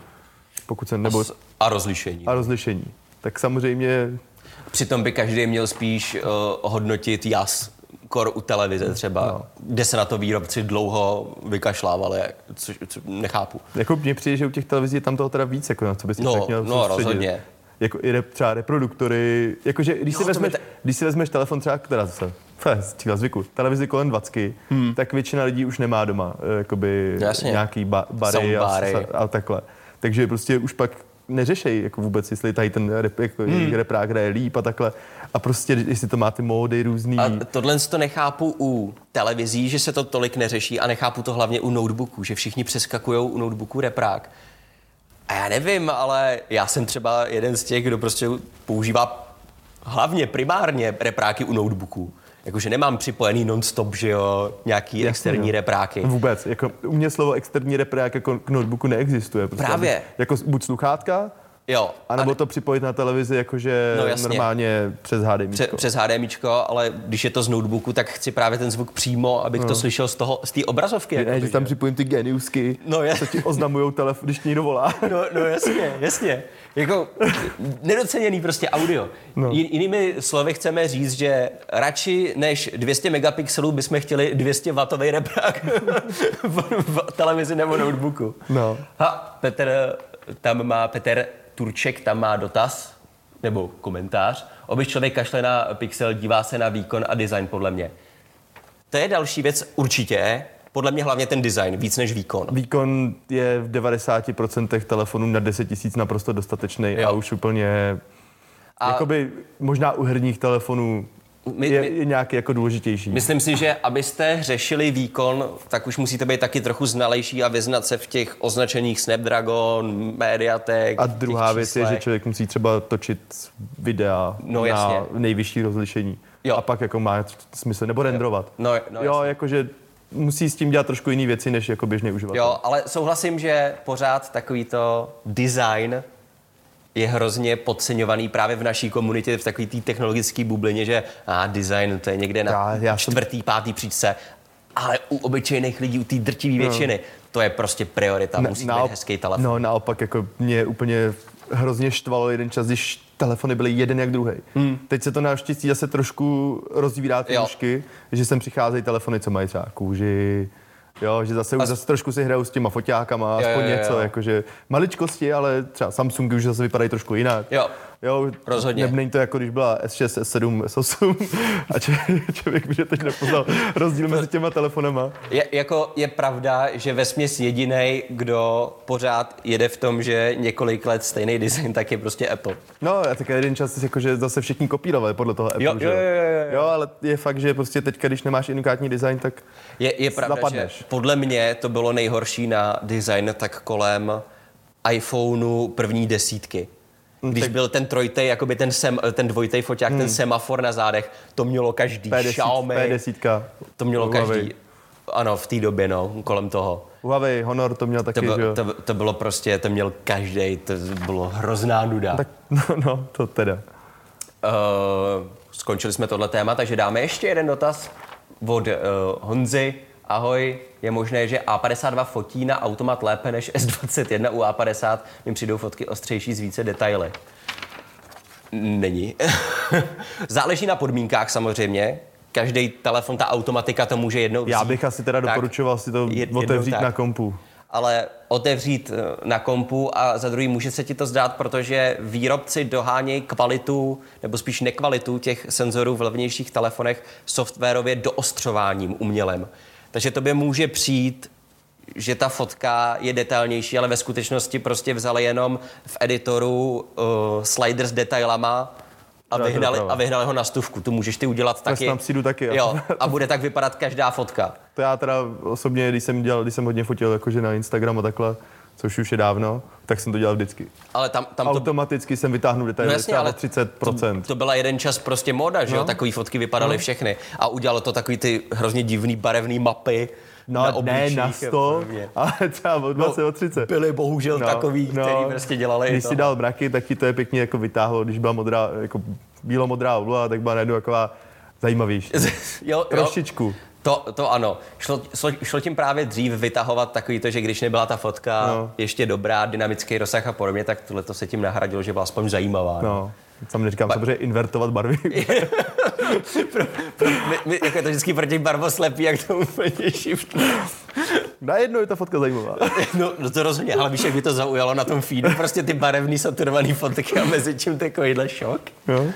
[SPEAKER 2] Pokud se, nebo,
[SPEAKER 1] A rozlišení.
[SPEAKER 2] a rozlišení. Tak samozřejmě,
[SPEAKER 1] Přitom by každý měl spíš uh, hodnotit jas kor u televize třeba, no. kde se na to výrobci dlouho vykašlávali, což, co nechápu.
[SPEAKER 2] Jako mně přijde, že u těch televizí je tam toho teda víc, jako na co bys
[SPEAKER 1] no,
[SPEAKER 2] tak měl
[SPEAKER 1] no, rozhodně.
[SPEAKER 2] Jako i rep, třeba reproduktory, jakože když, jo, si vezmeš, te... když si vezmeš telefon třeba, která zase, z zvyku, televizi kolem dvacet, hmm. tak většina lidí už nemá doma jakoby Jasně. nějaký ba- bary a, a takhle. Takže prostě už pak neřešej jako vůbec, jestli tady ten rep, jako hmm. reprák hraje líp a takhle. A prostě, jestli to má ty módy různý.
[SPEAKER 1] A tohle to nechápu u televizí, že se to tolik neřeší a nechápu to hlavně u notebooků, že všichni přeskakujou u notebooku reprák. A já nevím, ale já jsem třeba jeden z těch, kdo prostě používá hlavně primárně repráky u notebooků. Jakože nemám připojený non-stop, že jo, nějaký Jasně, externí jo. repráky.
[SPEAKER 2] Vůbec, jako u mě slovo externí reprák jako k notebooku neexistuje. Prostě
[SPEAKER 1] Právě.
[SPEAKER 2] Jako buď sluchátka,
[SPEAKER 1] jo.
[SPEAKER 2] anebo a... to připojit na televizi, jakože no, normálně přes HDMíčko.
[SPEAKER 1] Pře- přes HDMíčko, ale když je to z notebooku, tak chci právě ten zvuk přímo, abych no. to slyšel z toho, z té obrazovky.
[SPEAKER 2] Ne, že tam připojím ty geniusky,
[SPEAKER 1] no, je.
[SPEAKER 2] co ti oznamujou telefon, když někdo volá.
[SPEAKER 1] No, no jasně, jasně. Jako nedoceněný prostě audio. No. Jinými slovy chceme říct, že radši než dvě stě megapixelů bychom chtěli dvě stě watový reprák v, v televizi nebo notebooku.
[SPEAKER 2] No.
[SPEAKER 1] Ha, Petr tam má, Petr Turček tam má dotaz, nebo komentář. Obyč člověk kašle na pixel, dívá se na výkon a design podle mě. To je další věc určitě, podle mě hlavně ten design, víc než výkon.
[SPEAKER 2] Výkon je v devadesát procent telefonů na deset tisíc naprosto dostatečný a už úplně, a jakoby možná u herních telefonů my, je, my, je nějaký jako důležitější.
[SPEAKER 1] Myslím si, že abyste řešili výkon, tak už musíte být taky trochu znalejší a vyznat se v těch označeních Snapdragon, Mediatek.
[SPEAKER 2] A druhá věc je, že člověk musí třeba točit videa
[SPEAKER 1] no,
[SPEAKER 2] na
[SPEAKER 1] jasně.
[SPEAKER 2] nejvyšší rozlišení. Jo. A pak jako má smysl, nebo renderovat.
[SPEAKER 1] No, no,
[SPEAKER 2] jo, jakože musí s tím dělat trošku jiné věci, než jako běžný uživatel.
[SPEAKER 1] Jo, ale souhlasím, že pořád takovýto design je hrozně podceňovaný právě v naší komunitě, v takové té technologické bublině, že a design to je někde na já, já čtvrtý, jsem... pátý příčce, ale u obyčejných lidí, u té drtivé většiny, no. to je prostě priorita, na, musí naop- být hezký telefon.
[SPEAKER 2] No naopak, jako mě úplně hrozně štvalo jeden čas, když telefony byly jeden jak druhý. Hmm. Teď se to naštěstí zase trošku rozdvírá ty nůžky, že sem přicházejí telefony, co mají třeba kůži, jo, že zase, už zase trošku si hrajou s těma foťákama, aspoň jo, jo, jo. něco, jakože maličkosti, ale třeba Samsungy už zase vypadají trošku jinak.
[SPEAKER 1] Jo,
[SPEAKER 2] jo
[SPEAKER 1] rozhodně.
[SPEAKER 2] Není to jako když byla S šest, S sedm, S osm a člověk by teď nepoznal rozdíl mezi těma telefonama.
[SPEAKER 1] Je, jako je pravda, že vesměs jedinej, kdo pořád jede v tom, že několik let stejný design, tak je prostě Apple.
[SPEAKER 2] No, a tak jeden čas jakože zase všichni kopírovali podle toho Apple,
[SPEAKER 1] jo,
[SPEAKER 2] že
[SPEAKER 1] jo, jo, jo, jo.
[SPEAKER 2] jo, ale je fakt, že prostě teďka, když nemáš unikátní design, tak
[SPEAKER 1] je, je pravda,
[SPEAKER 2] zapadneš.
[SPEAKER 1] Že podle mě to bylo nejhorší na design tak kolem iPhoneu první desítky. Když tak byl ten trojtej, jakoby ten, sem, ten dvojitej foťák, hmm. ten semafor na zádech, to mělo každý.
[SPEAKER 2] P deset,
[SPEAKER 1] Xiaomi,
[SPEAKER 2] P deset.
[SPEAKER 1] To mělo
[SPEAKER 2] Huawei.
[SPEAKER 1] Každý. Ano, v té době, no, kolem toho.
[SPEAKER 2] Huawei, Honor to měl taky,
[SPEAKER 1] to, byl,
[SPEAKER 2] že jo?
[SPEAKER 1] To, to bylo prostě, to měl každej, to bylo hrozná nuda.
[SPEAKER 2] Tak, no, no, to teda. Uh,
[SPEAKER 1] skončili jsme tohle téma, takže dáme ještě jeden dotaz od uh, Honzy. Ahoj, je možné, že A padesát dva fotí na automat lépe než S dvacet jedna, u A padesát mi přijdou fotky ostřejší z více detaily. Není. Záleží na podmínkách samozřejmě. Každý telefon, ta automatika to může jednou vzít.
[SPEAKER 2] Já bych asi teda doporučoval si to jed, otevřít na kompu.
[SPEAKER 1] Ale otevřít na kompu a za druhý může se ti to zdát, protože výrobci dohánějí kvalitu, nebo spíš nekvalitu těch senzorů v levnějších telefonech softwarově doostřováním umělem. Takže tobě může přijít, že ta fotka je detailnější, ale ve skutečnosti prostě vzali jenom v editoru uh, slider s detailama a vyhnali, a vyhnali ho na stuvku. Tu můžeš ty udělat taky.
[SPEAKER 2] Tam přijdu taky.
[SPEAKER 1] Jo, a bude tak vypadat každá fotka.
[SPEAKER 2] To já teda osobně, když jsem dělal, když jsem hodně fotil jakože na Instagram a takhle, což už je dávno, tak jsem to dělal vždycky.
[SPEAKER 1] Ale tam, tam
[SPEAKER 2] automaticky
[SPEAKER 1] to...
[SPEAKER 2] jsem vytáhnul detaily, no
[SPEAKER 1] jasně, ale
[SPEAKER 2] třicet procent.
[SPEAKER 1] To, to byla jeden čas prostě móda, že jo? No. Takový fotky vypadaly no. všechny. A udělalo to takový ty hrozně divný barevný mapy.
[SPEAKER 2] No
[SPEAKER 1] na
[SPEAKER 2] ne na sto, ale třeba od dvacet, no, od třicet.
[SPEAKER 1] Byly bohužel no, takový, no, který prostě dělali.
[SPEAKER 2] Když si dal mraky, tak ti to je pěkně jako vytáhlo, když byla modrá, jako bílomodrá obloha, tak byla najednou taková zajímavější.
[SPEAKER 1] jo,
[SPEAKER 2] Trošičku.
[SPEAKER 1] Jo. To, to ano. Šlo, šlo, šlo tím právě dřív vytahovat takový to, že když nebyla ta fotka no. ještě dobrá, dynamický rozsah a podobně, tak tohle to se tím nahradilo, že byla aspoň zajímavá.
[SPEAKER 2] No. Sam neříkám, ba- samozřejmě invertovat barvy.
[SPEAKER 1] pro, pro, my, my, jako je to vždycky pro těch barvoslepí, jak to úplně šiftne.
[SPEAKER 2] Najednou je ta fotka zajímavá.
[SPEAKER 1] No, no to rozhodně, ale víš, jak by to zaujalo na tom feedu, prostě ty barevný saturovaný fotky a mezi čím takovýhle šok.
[SPEAKER 2] Jo.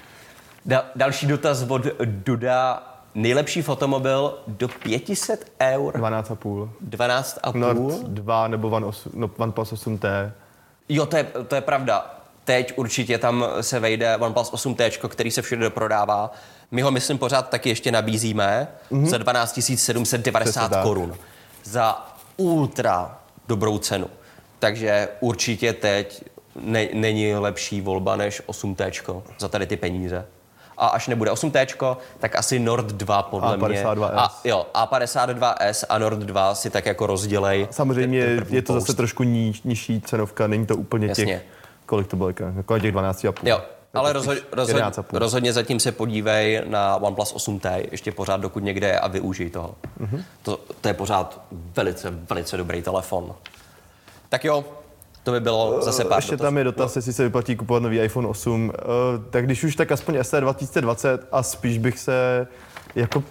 [SPEAKER 1] Da, další dotaz od Duda. Nejlepší fotomobil do pět set eur.
[SPEAKER 2] dvanáct a půl.
[SPEAKER 1] dvanáct a půl.
[SPEAKER 2] Nord dva nebo One, osm, no, OnePlus osm T.
[SPEAKER 1] Jo, to je, to je pravda. Teď určitě tam se vejde OnePlus osm T, který se všude doprodává. My ho, myslím, pořád taky ještě nabízíme mm-hmm. za dvanáct tisíc sedm set devadesát korun. Za ultra dobrou cenu. Takže určitě teď ne, není lepší volba než osm T za tady ty peníze. A až nebude osm T, tak asi Nord dva podle
[SPEAKER 2] A padesát dva S.
[SPEAKER 1] mě. A, jo, A padesát dva S a Nord dva si tak jako rozdělej.
[SPEAKER 2] Samozřejmě
[SPEAKER 1] ten, ten
[SPEAKER 2] je to
[SPEAKER 1] post.
[SPEAKER 2] zase trošku níž, nižší cenovka, není to úplně
[SPEAKER 1] Jasně.
[SPEAKER 2] těch, kolik to bylo, jako těch dvanáct a půl.
[SPEAKER 1] Jo, ale rozhod, rozhod, rozhodně zatím se podívej na OnePlus osm T, ještě pořád dokud někde je a využij toho. Mm-hmm. To, to je pořád velice, velice dobrý telefon. Tak jo, to by bylo zase pár
[SPEAKER 2] Ještě
[SPEAKER 1] dotaz.
[SPEAKER 2] tam je dotaz, jestli se vyplatí kupovat nový iPhone osm. Uh, tak když už, tak aspoň S E dva tisíce dvacet a spíš bych se jako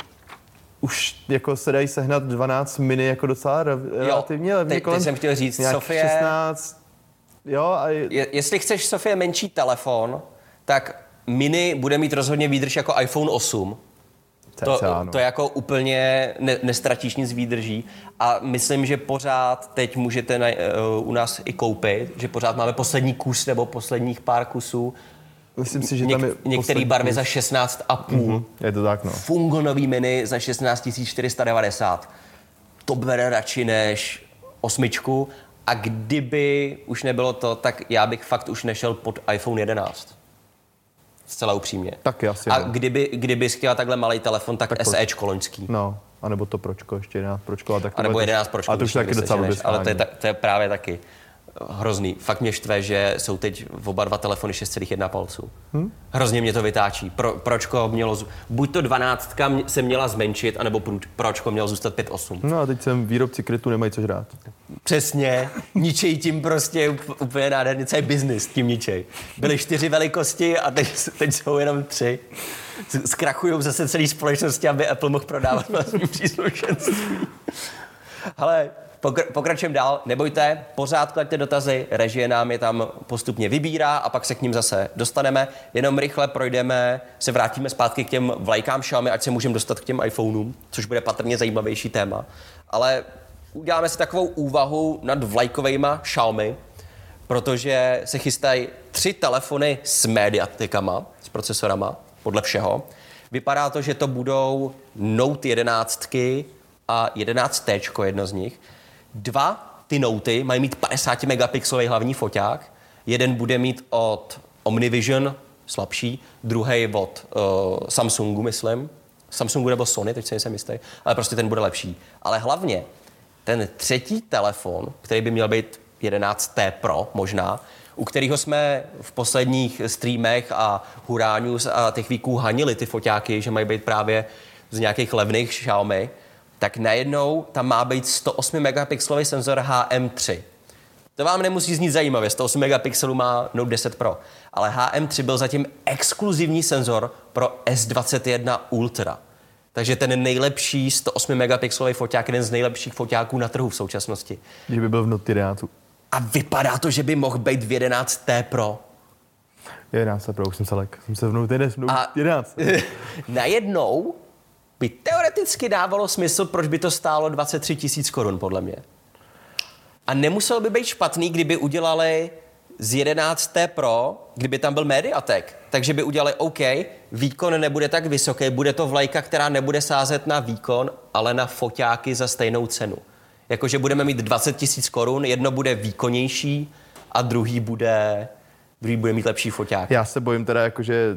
[SPEAKER 2] už jako se dají sehnat dvanáct mini jako docela relativně levně.
[SPEAKER 1] Teď, teď jsem chtěl říct, Sofie,
[SPEAKER 2] šestnáct, jo, a je,
[SPEAKER 1] je, jestli chceš, Sofie, menší telefon, tak mini bude mít rozhodně výdrž jako iPhone osm. To,
[SPEAKER 2] cca, no.
[SPEAKER 1] to jako úplně ne, nestratíš nic výdrží a myslím, že pořád teď můžete na, uh, u nás i koupit, že pořád máme poslední kus nebo posledních pár kusů.
[SPEAKER 2] Myslím si, že
[SPEAKER 1] Něk,
[SPEAKER 2] tam je
[SPEAKER 1] některé barvy
[SPEAKER 2] kus.
[SPEAKER 1] za šestnáct a půl.
[SPEAKER 2] Mm-hmm, je to tak, no.
[SPEAKER 1] Fungonový mini za šestnáct tisíc čtyři sta devadesát. To bere radši než osmičku a kdyby už nebylo to, tak já bych fakt už nešel pod iPhone jedenáct. Zcela upřímně.
[SPEAKER 2] Tak asi.
[SPEAKER 1] A
[SPEAKER 2] No.
[SPEAKER 1] kdyby, kdyby chtěla takhle malý telefon, tak, tak SEčko loňský.
[SPEAKER 2] No, anebo to pročko, ještě jedenáct pročko. A, tak
[SPEAKER 1] a nebo jedenáct pročko.
[SPEAKER 2] A to už taky docela
[SPEAKER 1] než, ale to je, ta, to je právě taky hrozný. Fakt mě štve, že jsou teď oba dva telefony šest celá jedna palců. Hmm? Hrozně mě to vytáčí. Pro, pročko mělo, buď to dvanáctka se měla zmenšit, anebo pročko mělo zůstat pět osm.
[SPEAKER 2] No a teď jsem výrobci krytu, nemají co žrát.
[SPEAKER 1] Přesně, ničej tím prostě úplně nádherně, celý biznis tím ničej. Byly čtyři velikosti a teď, teď jsou jenom tři. Zkrachujou zase celý společnosti, aby Apple mohl prodávat vlastní příslušenství. Ale pokr- pokračujeme dál, nebojte, pořád klaďte dotazy, režie nám je tam postupně vybírá a pak se k ním zase dostaneme. Jenom rychle projdeme, se vrátíme zpátky k těm vlajkám Xiaomi, ať se můžeme dostat k těm iPhoneům, což bude patrně zajímavější téma. Ale uděláme si takovou úvahu nad vlajkovejma Xiaomi, protože se chystají tři telefony s mediatekama, s procesorama, podle všeho. Vypadá to, že to budou Note jedenáct a jedenáct T, jedno z nich. Dva ty Noty mají mít padesát megapixelový hlavní foťák. Jeden bude mít od OmniVision, slabší, druhý od uh, Samsungu, myslím. Samsungu nebo Sony, teď se nejsem jistý, ale prostě ten bude lepší. Ale hlavně ten třetí telefon, který by měl být jedenáct T Pro možná, u kterého jsme v posledních streamech a Hurá News a těch víků hanili ty foťáky, že mají být právě z nějakých levných Xiaomi, tak najednou tam má být sto osm megapixelový senzor H M tři. To vám nemusí znít zajímavě, sto osm megapixelů má Note deset Pro, ale H M tři byl zatím exkluzivní senzor pro S dvacet jedna Ultra. Takže ten nejlepší sto osm megapixelový foťák, jeden z nejlepších foťáků na trhu v současnosti.
[SPEAKER 2] Že by byl v Note jedenáct.
[SPEAKER 1] A vypadá to, že by mohl být v jedenáct T Pro.
[SPEAKER 2] jedenáct Pro, už jsem se lek. Jsem se v Note jedenáct.
[SPEAKER 1] Najednou by teoreticky dávalo smysl, proč by to stálo dvacet tři tisíc korun, podle mě. A nemuselo by být špatný, kdyby udělali z jedenáct T Pro, kdyby tam byl Mediatek. Takže by udělali OK, výkon nebude tak vysoký, bude to vlajka, která nebude sázet na výkon, ale na foťáky za stejnou cenu. Jakože budeme mít dvacet tisíc korun, jedno bude výkonnější a druhý bude, druhý bude mít lepší foťák.
[SPEAKER 2] Já se bojím teda jakože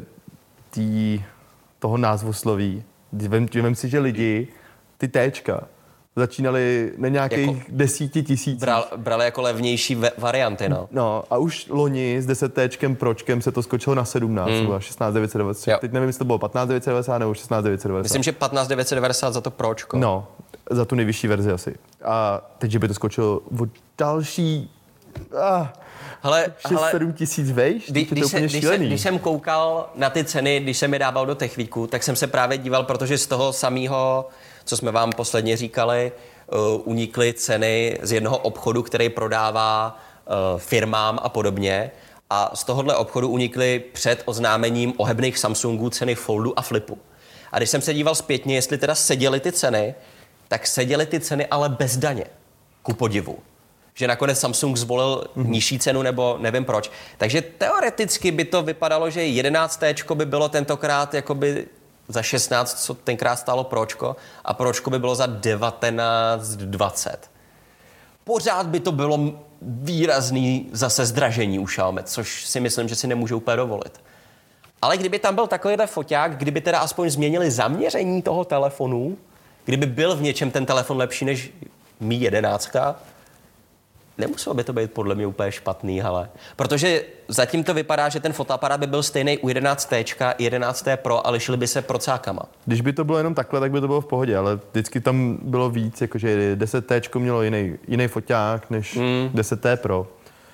[SPEAKER 2] tý, toho názvu sloví. Vem, vem si, že lidi, ty Téčka, začínali na nějakých jako desíti tisíc.
[SPEAKER 1] Bral, brali jako levnější ve, varianty, no.
[SPEAKER 2] No a už loni s deset Téčkem Pročkem se to skočilo na sedmnáct, mm. nebo šestnáct devět set devadesát. Teď nevím, jestli to bylo patnáct devět set devadesát nebo šestnáct devět set devadesát.
[SPEAKER 1] Myslím, že patnáct devět set devadesát za to Pročko.
[SPEAKER 2] No, za tu nejvyšší verzi asi. A teď, že by to skočilo o další Ah,
[SPEAKER 1] hele,
[SPEAKER 2] šest sedm tisíc vejš,
[SPEAKER 1] kdy,
[SPEAKER 2] to je
[SPEAKER 1] když,
[SPEAKER 2] úplně
[SPEAKER 1] se, když,
[SPEAKER 2] šílený.
[SPEAKER 1] se, když jsem koukal na ty ceny, když jsem je dával do Techweeku, tak jsem se právě díval, protože z toho samého, co jsme vám posledně říkali, uh, unikly ceny z jednoho obchodu, který prodává uh, firmám a podobně. A z tohohle obchodu unikly před oznámením ohebných Samsungů ceny Foldu a Flipu. A když jsem se díval zpětně, jestli teda seděly ty ceny, tak seděly ty ceny ale bez daně. Ku podivu. Že nakonec Samsung zvolil mm-hmm. nižší cenu, nebo nevím proč. Takže teoreticky by to vypadalo, že jedenáct téčko by bylo tentokrát jakoby za šestnáct, co tenkrát stálo Pročko, a Pročko by bylo za devatenáct dvacet. Pořád by to bylo výrazný zase zdražení u Xiaomi, což si myslím, že si nemůžu úplně dovolit. Ale kdyby tam byl takovýhle foťák, kdyby teda aspoň změnili zaměření toho telefonu, kdyby byl v něčem ten telefon lepší než Mi jedenáct, nemuselo by to být podle mě úplně špatný, hele. Protože zatím to vypadá, že ten fotoaparát by byl stejný u jedenáct téčka i jedenáct Pro a lišili by se procákama.
[SPEAKER 2] Když by to bylo jenom takhle, tak by to bylo v pohodě, ale vždycky tam bylo víc, jakože deset téčko mělo jiný, jiný foťák než mm. deset T Pro.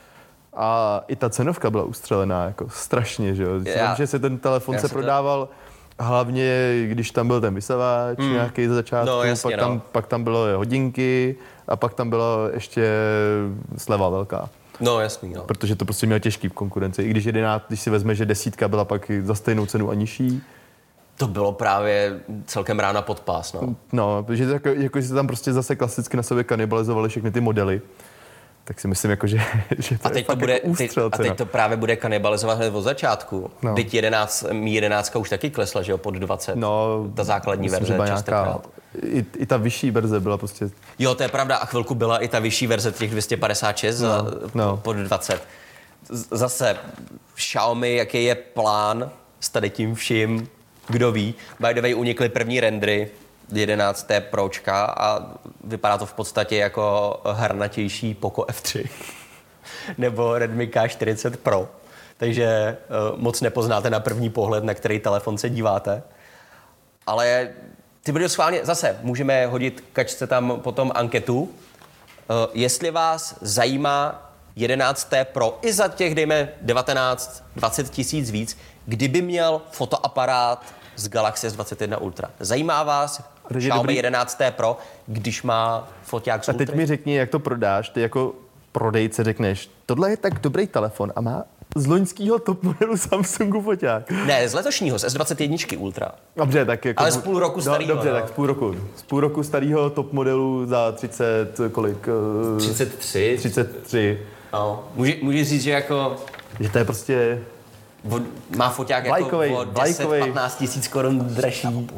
[SPEAKER 2] A i ta cenovka byla ustřelená jako strašně, že jo. Já, že se ten telefon se prodával to... hlavně, když tam byl ten vysavač mm. nějaký z začátku, no, jasně, pak, tam, no. pak tam bylo hodinky a pak tam byla ještě sleva velká.
[SPEAKER 1] No jasný, no.
[SPEAKER 2] Protože to prostě měl těžký v konkurenci. I když jedenáct, když si vezme, že desítka byla pak za stejnou cenu a nižší.
[SPEAKER 1] To bylo právě celkem rána pod pás, no.
[SPEAKER 2] No, protože jako, jako se tam prostě zase klasicky na sobě kanibalizovaly všechny ty modely. Tak si myslím, jako, že, že to
[SPEAKER 1] a teď
[SPEAKER 2] je
[SPEAKER 1] to bude,
[SPEAKER 2] jako ústřel
[SPEAKER 1] teď, A teď to právě bude kanibalizovat hned od začátku. No. Teď jedenáct, Mi jedenáct už taky klesla, že jo, pod dvacet.
[SPEAKER 2] No,
[SPEAKER 1] ta základní
[SPEAKER 2] myslím,
[SPEAKER 1] verze častokrát.
[SPEAKER 2] I, I ta vyšší verze byla prostě...
[SPEAKER 1] Jo, to je pravda. A chvilku byla i ta vyšší verze těch dvě stě padesát šest no, za, no. pod dvacet. Zase Xiaomi, jaký je plán s tady tím vším, kdo ví. By the way, unikly první rendry jedenáct Pročka a vypadá to v podstatě jako hrnatější Poco F tři nebo Redmi K čtyřicet Pro. Takže uh, moc nepoznáte na první pohled, na který telefon se díváte. Ale ty budou schválně, zase můžeme hodit kačce tam potom anketu. Uh, jestli vás zajímá jedenáct Pro i za těch, dejme, devatenáct dvacet tisíc víc, kdyby měl fotoaparát z Galaxy S dvacet jedna Ultra. Zajímá vás Xiaomi jedenáct Pro, když má foťák z
[SPEAKER 2] A teď
[SPEAKER 1] Ultry?
[SPEAKER 2] mi řekni, jak to prodáš. Ty jako prodejce řekneš, tohle je tak dobrý telefon a má z loňského top modelu Samsungu foťák.
[SPEAKER 1] Ne, z letošního, z S dvacet jedna Ultra.
[SPEAKER 2] Dobře, tak jako...
[SPEAKER 1] Ale z půl roku starýho.
[SPEAKER 2] Dobře,
[SPEAKER 1] no.
[SPEAKER 2] tak z půl roku. Z půl roku starýho top modelu za třicet, kolik?
[SPEAKER 1] třicet tři.
[SPEAKER 2] třicet tři.
[SPEAKER 1] No. Může, může říct, že jako...
[SPEAKER 2] Že to je prostě...
[SPEAKER 1] Od, má foťák
[SPEAKER 2] vlajkovej,
[SPEAKER 1] jako o deset patnáct tisíc korun dražší.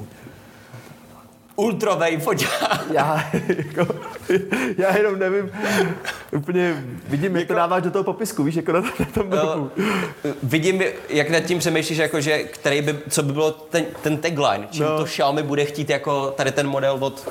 [SPEAKER 1] Ultrovej foťák.
[SPEAKER 2] Já, jako, já jenom nevím, úplně vidím, jak jako, to dáváš do toho popisku, víš, jako na, na tom blogu.
[SPEAKER 1] No, vidím, jak nad tím přemýšlíš, jako, že který by, co by bylo ten, ten tagline, čím no. to Xiaomi bude chtít jako tady ten model od...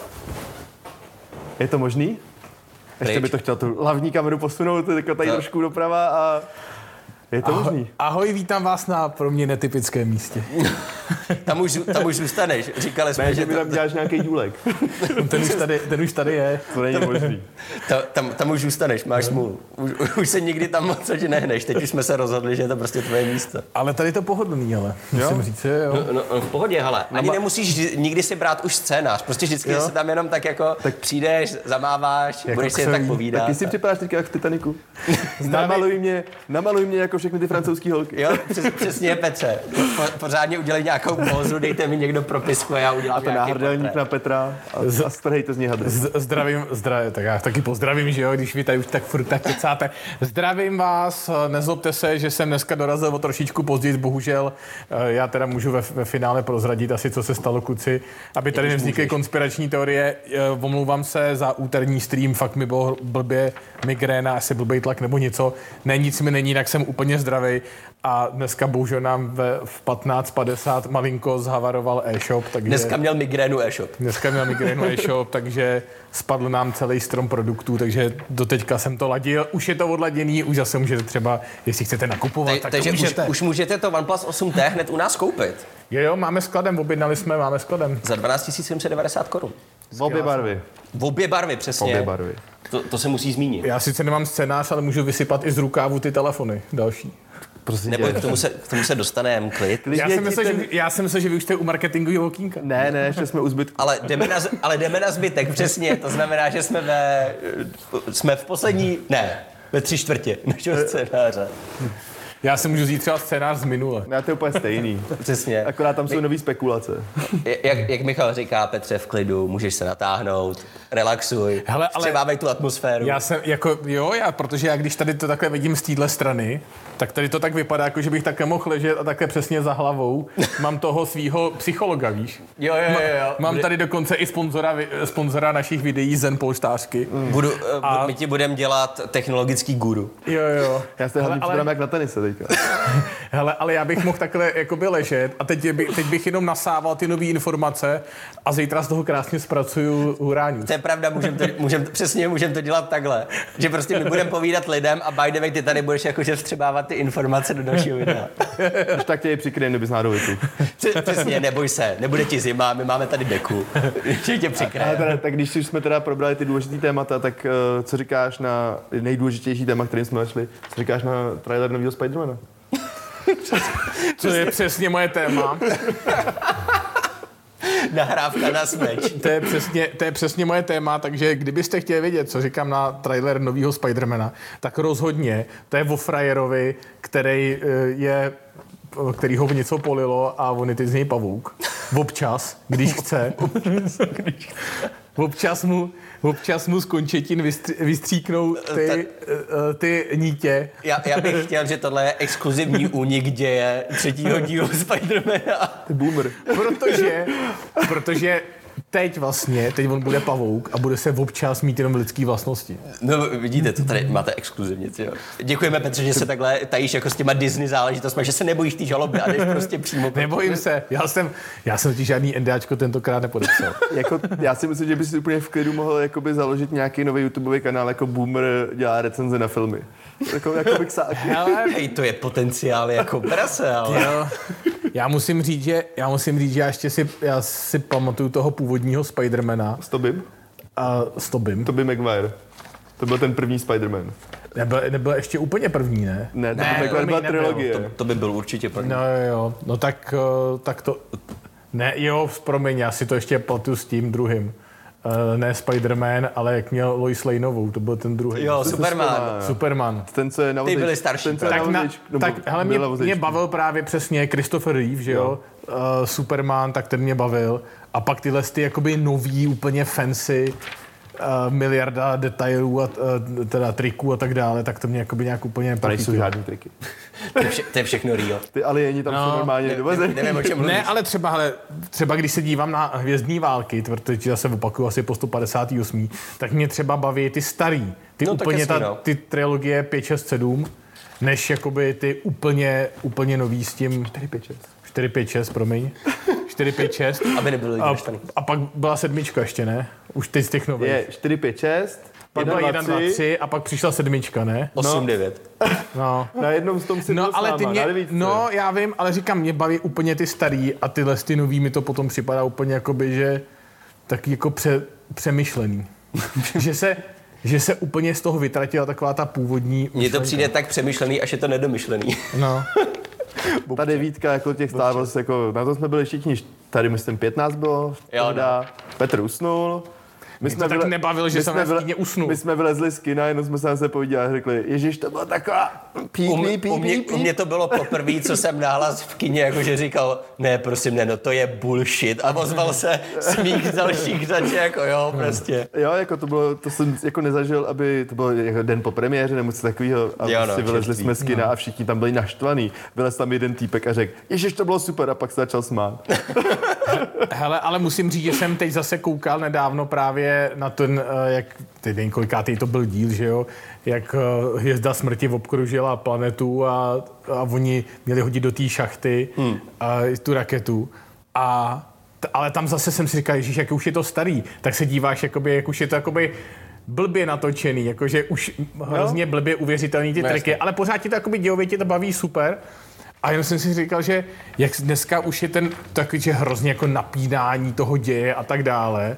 [SPEAKER 2] Je to možný? Ještě by to chtěl tu hlavní kameru posunout, jako tady to... trošku doprava a... Je to
[SPEAKER 3] Ahoj,
[SPEAKER 2] možný.
[SPEAKER 3] Ahoj, vítám vás na pro mě netypickém místě.
[SPEAKER 1] tam, už, tam už zůstaneš, říkali jsme,
[SPEAKER 2] ne,
[SPEAKER 1] že...
[SPEAKER 2] že mi tam děláš nějaký důlek.
[SPEAKER 3] ten, už tady, ten už tady je.
[SPEAKER 2] To není možný.
[SPEAKER 1] Ta, tam, tam už zůstaneš, máš smůlu. Už, už se nikdy tam moc nehneš, teď už jsme se rozhodli, že je to prostě tvoje místo.
[SPEAKER 3] Ale tady to pohodlný, ale musím jo? říct, jo.
[SPEAKER 1] No, no, no, v pohodě, hele. Ani no, nemusíš nikdy si brát už scénář, prostě vždycky se tam jenom tak jako tak přijdeš, zamáváš, jako budeš si tak povídat.
[SPEAKER 2] Taky si připadáš teďka jak v Titaniku. namaluj mě, namaluj mě jako všechny ty francouzský holky.
[SPEAKER 1] Jo, přes, přesně, Petře. Po, pořádně udělej nějakou pózu, dejte mi někdo propisku a já udělám
[SPEAKER 2] a to náhrdelník na Petra a, a strhejte z něj hadry.
[SPEAKER 3] Zdravím, zdravím, tak já taky pozdravím, že jo, když vy tady už tak furt tak kecáte. Zdravím vás, nezlobte se, že jsem dneska dorazil o trošičku později, bohužel. Já teda můžu ve, ve finále prozradit asi, co se stalo, kluci, aby tady nevznikly konspirační teorie. Omlouvám se za úterní stream, fakt mi bylo blbě migréna, asi blbej tlak nebo něco. Ne, nic mi není, tak jsem úplně zdravý. A dneska bohužel nám ve, v patnáct padesát malinko zhavaroval e-shop. Takže,
[SPEAKER 1] dneska měl migrénu e-shop.
[SPEAKER 3] Dneska měl migrénu e-shop, takže spadl nám celý strom produktů, takže doteďka jsem to ladil. Už je to odladěný, už zase můžete třeba, jestli chcete nakupovat, Te, tak takže to můžete. Už,
[SPEAKER 1] už můžete to OnePlus osm T hned u nás koupit.
[SPEAKER 3] Jo, jo, máme skladem, objednali jsme, máme skladem.
[SPEAKER 1] Za dvanáct tisíc sedm set devadesát korun.
[SPEAKER 2] V obě barvy.
[SPEAKER 1] V obě barvy, přesně.
[SPEAKER 2] V obě barvy.
[SPEAKER 1] To, to se musí zmínit.
[SPEAKER 3] Já sice nemám scénář, ale můžu vysypat i z rukávu ty telefony další.
[SPEAKER 2] Prosím
[SPEAKER 1] Nebo
[SPEAKER 2] tě.
[SPEAKER 1] k tomu se, k tomu se dostaneme, klid.
[SPEAKER 3] Já jsem, myslel,
[SPEAKER 2] ten...
[SPEAKER 3] že, já jsem myslel, že vy už jste u marketingového okýnka.
[SPEAKER 2] Ne, ne, ještě jsme u zbytku.
[SPEAKER 1] Ale jdeme, na, ale jdeme na zbytek, přesně. To znamená, že jsme, ve, jsme v poslední, ne, ve tři čtvrtě našeho scénáře.
[SPEAKER 3] Já si můžu vzít třeba scénář z minule.
[SPEAKER 2] Ne, to je úplně stejný.
[SPEAKER 1] Přesně.
[SPEAKER 2] Akorát tam jsou nový spekulace.
[SPEAKER 1] Jak, jak Michal říká, Petře, v klidu, můžeš se natáhnout, relaxuj,
[SPEAKER 3] Hele, ale-
[SPEAKER 1] vstřebávej tu atmosféru.
[SPEAKER 3] Já jsem, jako, jo, já, protože já když tady to takhle vidím z téhle strany, tak tady to tak vypadá, jako že bych takhle mohl ležet a takhle přesně za hlavou mám toho svýho psychologa, víš?
[SPEAKER 1] Jo, jo, jo, jo.
[SPEAKER 3] Mám tady dokonce i sponzora, sponzora našich videí Zen Polštářky.
[SPEAKER 1] Budu,
[SPEAKER 3] A-
[SPEAKER 1] a... My ti budeme dělat technologický guru.
[SPEAKER 3] Jo, jo.
[SPEAKER 2] Já se hlavně připadám jak na tenise teďka.
[SPEAKER 3] Hele, ale já bych mohl takhle jakoby ležet a teď, by, teď bych jenom nasával ty nové informace a zítra z toho krásně zpracuju hurání.
[SPEAKER 1] To je pravda, můžeme to, můžem, přesně můžeme to dělat takhle. Že prostě my budeme povídat lidem a by the way, ty tady budeš jakože vstřebávat ty informace do dalšího videa.
[SPEAKER 2] Až tak tě přikryjem, kdybys náhodou vytu.
[SPEAKER 1] Přesně, neboj se, nebude ti zima, my máme tady deku. Že tě
[SPEAKER 2] Ale
[SPEAKER 1] přikryjem.
[SPEAKER 2] teda, tak když už jsme teda probrali ty důležitý témata, tak uh, co říkáš na nejdůležitější téma, kterým jsme našli? Co říkáš na trailer nového Spidermana?
[SPEAKER 3] To je přesně moje téma.
[SPEAKER 1] Nahrávka na smeč.
[SPEAKER 3] To je, přesně, to je přesně moje téma, takže kdybyste chtěli vědět, co říkám na trailer nového Spidermana, tak rozhodně to je o frajerovi, který eh, je který ho něco polilo a on je teď z něj pavouk. Občas, když chce. Občas mu, občas mu z končetin vystří, vystříknou ty, eh, ty nítě.
[SPEAKER 1] Já, já bych chtěl, že tohle je exkluzivní únik děje třetího dílu Spidermana.
[SPEAKER 2] Ty boomer.
[SPEAKER 3] Protože, protože teď vlastně, teď on bude pavouk a bude se občas mít jenom lidský vlastnosti.
[SPEAKER 1] No vidíte, to tady máte exkluzivně, jo. Děkujeme, Petře, že se takhle tajíš jako s těma Disney záležitostmi, že se nebojíš té žaloby a jdeš prostě přímo.
[SPEAKER 3] Nebojím se, já jsem, já jsem ti žádný NDAčko tentokrát nepodepsal.
[SPEAKER 2] Jako, já si myslím, že bys si úplně v klidu mohl jakoby založit nějaký nový YouTubeový kanál, jako Boomer dělá recenze na filmy. Jako, jako bych sá...
[SPEAKER 3] Hele,
[SPEAKER 1] Hej, to je potenciál jako prase, ale...
[SPEAKER 3] jo, já musím říct, že já musím říct, že já ještě si, já si pamatuju toho původního Spidermana
[SPEAKER 2] S Tobim?
[SPEAKER 3] a s Tobim.
[SPEAKER 2] Tobey Maguire. To byl ten první Spider-Man.
[SPEAKER 3] Nebyl, nebyl ještě úplně první, ne?
[SPEAKER 2] Ne,
[SPEAKER 3] Ne,
[SPEAKER 2] Tobey Maguire
[SPEAKER 3] první
[SPEAKER 2] byla
[SPEAKER 3] nebyl.
[SPEAKER 2] trilogie.
[SPEAKER 1] To, to by byl určitě první.
[SPEAKER 3] No jo, jo, no tak, eh, tak to, ne, jo, promiň, já si to ještě pamatuju s tím druhým. Uh, ne Spider-Man, ale jak měl Lois Laneovou, to byl ten druhý.
[SPEAKER 1] Jo, Superman.
[SPEAKER 2] Superman.
[SPEAKER 3] Superman.
[SPEAKER 2] Ten, co je na
[SPEAKER 1] Ty
[SPEAKER 2] vozíčku.
[SPEAKER 1] byli starší,
[SPEAKER 2] Ten, co je
[SPEAKER 3] Tak,
[SPEAKER 2] na
[SPEAKER 3] na,
[SPEAKER 2] vozíčku, nebo
[SPEAKER 3] tak hele, mě,
[SPEAKER 2] byl na vozíčku.
[SPEAKER 3] mě bavil právě přesně Christopher Reeve, že jo?
[SPEAKER 2] Jo.
[SPEAKER 3] Uh, Superman, tak ten mě bavil. A pak tyhle ty jakoby nový, úplně fancy, uh, miliarda detailů a uh, teda triků a tak dále, tak to mě jakoby nějak úplně
[SPEAKER 2] To nejsou
[SPEAKER 3] nepochytilo.
[SPEAKER 2] žádný triky.
[SPEAKER 1] To je, vše, to je všechno real.
[SPEAKER 2] Ty alieni tam
[SPEAKER 3] No,
[SPEAKER 2] jsou normálně
[SPEAKER 1] Ne,
[SPEAKER 2] dovezení.
[SPEAKER 1] nevím, o čem mluvíš.
[SPEAKER 3] Ne, ale třeba, hele, třeba když se dívám na Hvězdní války, protože zase opakuju asi po sto padesát osm, tak mě třeba baví ty starý, ty
[SPEAKER 1] No, tak
[SPEAKER 3] úplně
[SPEAKER 1] jasně,
[SPEAKER 3] ta,
[SPEAKER 1] no.
[SPEAKER 3] ty trilogie pět, šest, sedm, než jakoby ty úplně, úplně nový s tím
[SPEAKER 2] čtyři, pět, šest.
[SPEAKER 3] čtyři, pět, šest, promiň. čtyři, pět, šest.
[SPEAKER 1] Aby nebyli lidi
[SPEAKER 3] A,
[SPEAKER 1] naštvaný.
[SPEAKER 3] a pak byla sedmička ještě, ne? Už teď z těch nových.
[SPEAKER 2] Je čtyři, pět, šest.
[SPEAKER 3] Pak byla jedna, dva, tři a pak přišla sedmička, ne?
[SPEAKER 1] osm devět.
[SPEAKER 3] No.
[SPEAKER 2] Na jednom z tom si byl
[SPEAKER 3] No,
[SPEAKER 2] s
[SPEAKER 3] ale
[SPEAKER 2] náma,
[SPEAKER 3] ty
[SPEAKER 2] na
[SPEAKER 3] mě,
[SPEAKER 2] devítce.
[SPEAKER 3] no, já vím, ale říkám, mě baví úplně ty starý a tyhle ty nový mi to potom připadá úplně jakoby, že taky jako pře, přemýšlený. že se, že se úplně z toho vytratila taková ta původní
[SPEAKER 1] Mně to
[SPEAKER 3] myšlenka.
[SPEAKER 1] přijde tak přemýšlený, až je to nedomyšlený.
[SPEAKER 3] No.
[SPEAKER 2] Ta devítka jako těch Star Wars, jako, na to jsme byli všichni, tady myslím pětnáct bylo,
[SPEAKER 1] Jo,
[SPEAKER 2] Pohoda, Petr usnul. My
[SPEAKER 3] to tak nebavilo, že
[SPEAKER 2] my
[SPEAKER 3] jsem
[SPEAKER 2] jsme
[SPEAKER 3] v kyně usnul.
[SPEAKER 2] My jsme vylezli z kina, jenom jsme se na sebe povídali a řekli, ježiš, to byla taková píp,
[SPEAKER 1] U,
[SPEAKER 2] píp,
[SPEAKER 1] mě,
[SPEAKER 2] píp,
[SPEAKER 1] u, mě,
[SPEAKER 2] píp,
[SPEAKER 1] u mě to bylo poprvé, co jsem nahlas v kině, jakože říkal, ne, prosím, ne, no to je bullshit. A ozval se smích z dalších řad, že jako jo, prostě.
[SPEAKER 2] Jo, jako to bylo, to jsem jako nezažil, aby to byl jako den po premiéře nebo něco takového a
[SPEAKER 1] Jo, no,
[SPEAKER 2] prostě vylezli
[SPEAKER 1] čerstvý.
[SPEAKER 2] jsme z kina a všichni tam byli naštvaný. Vylez tam jeden týpek a řekl, ježiš, to bylo super a pak se začal smát.
[SPEAKER 3] Hele, ale musím říct, že jsem teď zase koukal nedávno právě na ten, eh, jak, teď nevím, kolikátý to byl díl, že jo, jak eh, hvězda smrti obkružila planetu a, a oni měli hodit do té šachty hmm. a, tu raketu. A, t- ale tam zase jsem si říkal, ježíš, jak už je to starý, tak se díváš, jakoby, jak už je to jakoby blbě natočený, jakože už hrozně blbě uvěřitelný ty
[SPEAKER 1] No,
[SPEAKER 3] triky,
[SPEAKER 1] jasně.
[SPEAKER 3] ale pořád ti to jakoby dějově tě to baví super. A jenom jsem si říkal, že jak dneska už je ten takový, že hrozně jako napínání toho děje a tak dále.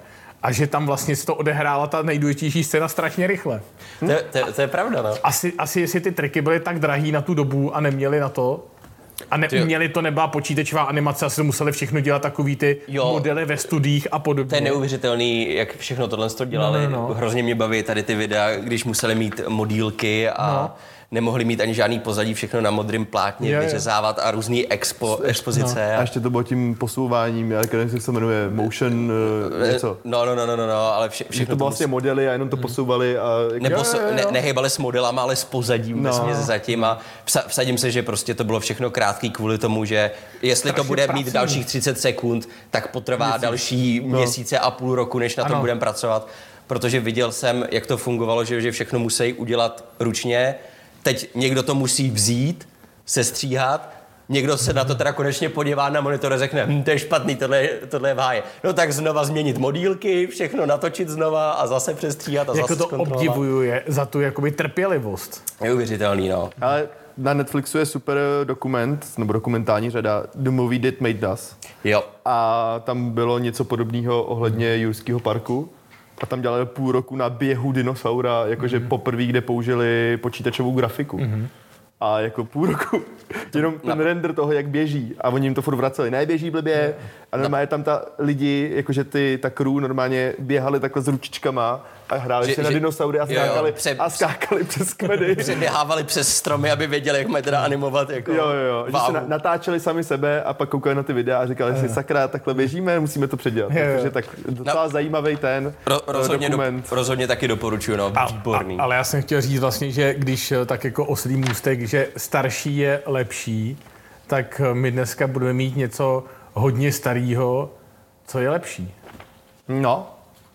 [SPEAKER 3] a že tam vlastně se to odehrála ta nejdůležitější scéna strašně rychle.
[SPEAKER 1] Hm? To, to, to je pravda, no.
[SPEAKER 3] Asi, asi jestli ty triky byly tak drahý na tu dobu a neměli na to, a neuměli to, nebyla počítačová animace, asi to museli všechno dělat takový ty jo, modely ve studiích a podobně.
[SPEAKER 1] To je neuvěřitelný, jak všechno tohle to dělali. No, no, no. Hrozně mě baví tady ty videa, když museli mít modílky a no. nemohli mít ani žádný pozadí, všechno na modrým plátně, je, vyřezávat a různý expo, expozice.
[SPEAKER 2] No. A ještě to bylo tím posouváním, jak se jmenuje, motion uh, něco.
[SPEAKER 1] No, no, no, no, no, ale vše, všechno
[SPEAKER 2] to bylo vlastně musí... modely a jenom to posouvali a...
[SPEAKER 1] Neposo... jo, jo, jo. Ne, nehejbali s modelama, ale s pozadím, no. vesměs zatím a vsa, vsadím se, že prostě to bylo všechno krátký kvůli tomu, že jestli Strašně to bude mít pracují. dalších třicet sekund, tak potrvá Měsíc. další no. měsíce a půl roku, než na tom budeme pracovat, protože viděl jsem, jak to fungovalo, že, že všechno musí udělat ručně. Teď někdo to musí vzít, sestříhat, někdo se na to teda konečně podívá na monitor a řekne, hm, to je špatný, tohle, tohle je v háji. No tak znova změnit modílky, všechno natočit znova a zase přestříhat a
[SPEAKER 3] jako
[SPEAKER 1] zase
[SPEAKER 3] to obdivuju je za tu jakoby trpělivost.
[SPEAKER 1] Neuvěřitelný, no.
[SPEAKER 2] Ale na Netflixu je super dokument, nebo dokumentální řada The Movie That Made Us.
[SPEAKER 1] Jo.
[SPEAKER 2] A tam bylo něco podobného ohledně Jurského parku. A tam dělali půl roku na běhu dinosaura, jakože mm-hmm. poprvé, kde použili počítačovou grafiku. Mm-hmm. A jako půl roku jenom ten no. render toho, jak běží. A oni jim to furt vraceli. Ne, běží blbě. A normálně tam ta lidi, jakože ty, ta crew normálně běhali takhle s ručičkama a hráli že, si na že, dinosaury a skákali, jo, pře, a skákali přes kmeny.
[SPEAKER 1] Přeběhávali přes stromy, aby věděli, jak mají teda animovat. Jako
[SPEAKER 2] jo, jo, jo. Že se na, natáčeli sami sebe a pak koukali na ty videa a říkali si, sakra, takhle běžíme, musíme to předělat. Takže tak docela no, zajímavý ten
[SPEAKER 1] ro, rozhodně
[SPEAKER 2] dokument.
[SPEAKER 1] Do, rozhodně taky doporučuju, no, výborný.
[SPEAKER 3] A, ale já jsem chtěl říct vlastně, že když tak jako oslý můstek, že starší je lepší, tak my dneska budeme mít něco hodně starého, co je lepší.
[SPEAKER 2] No.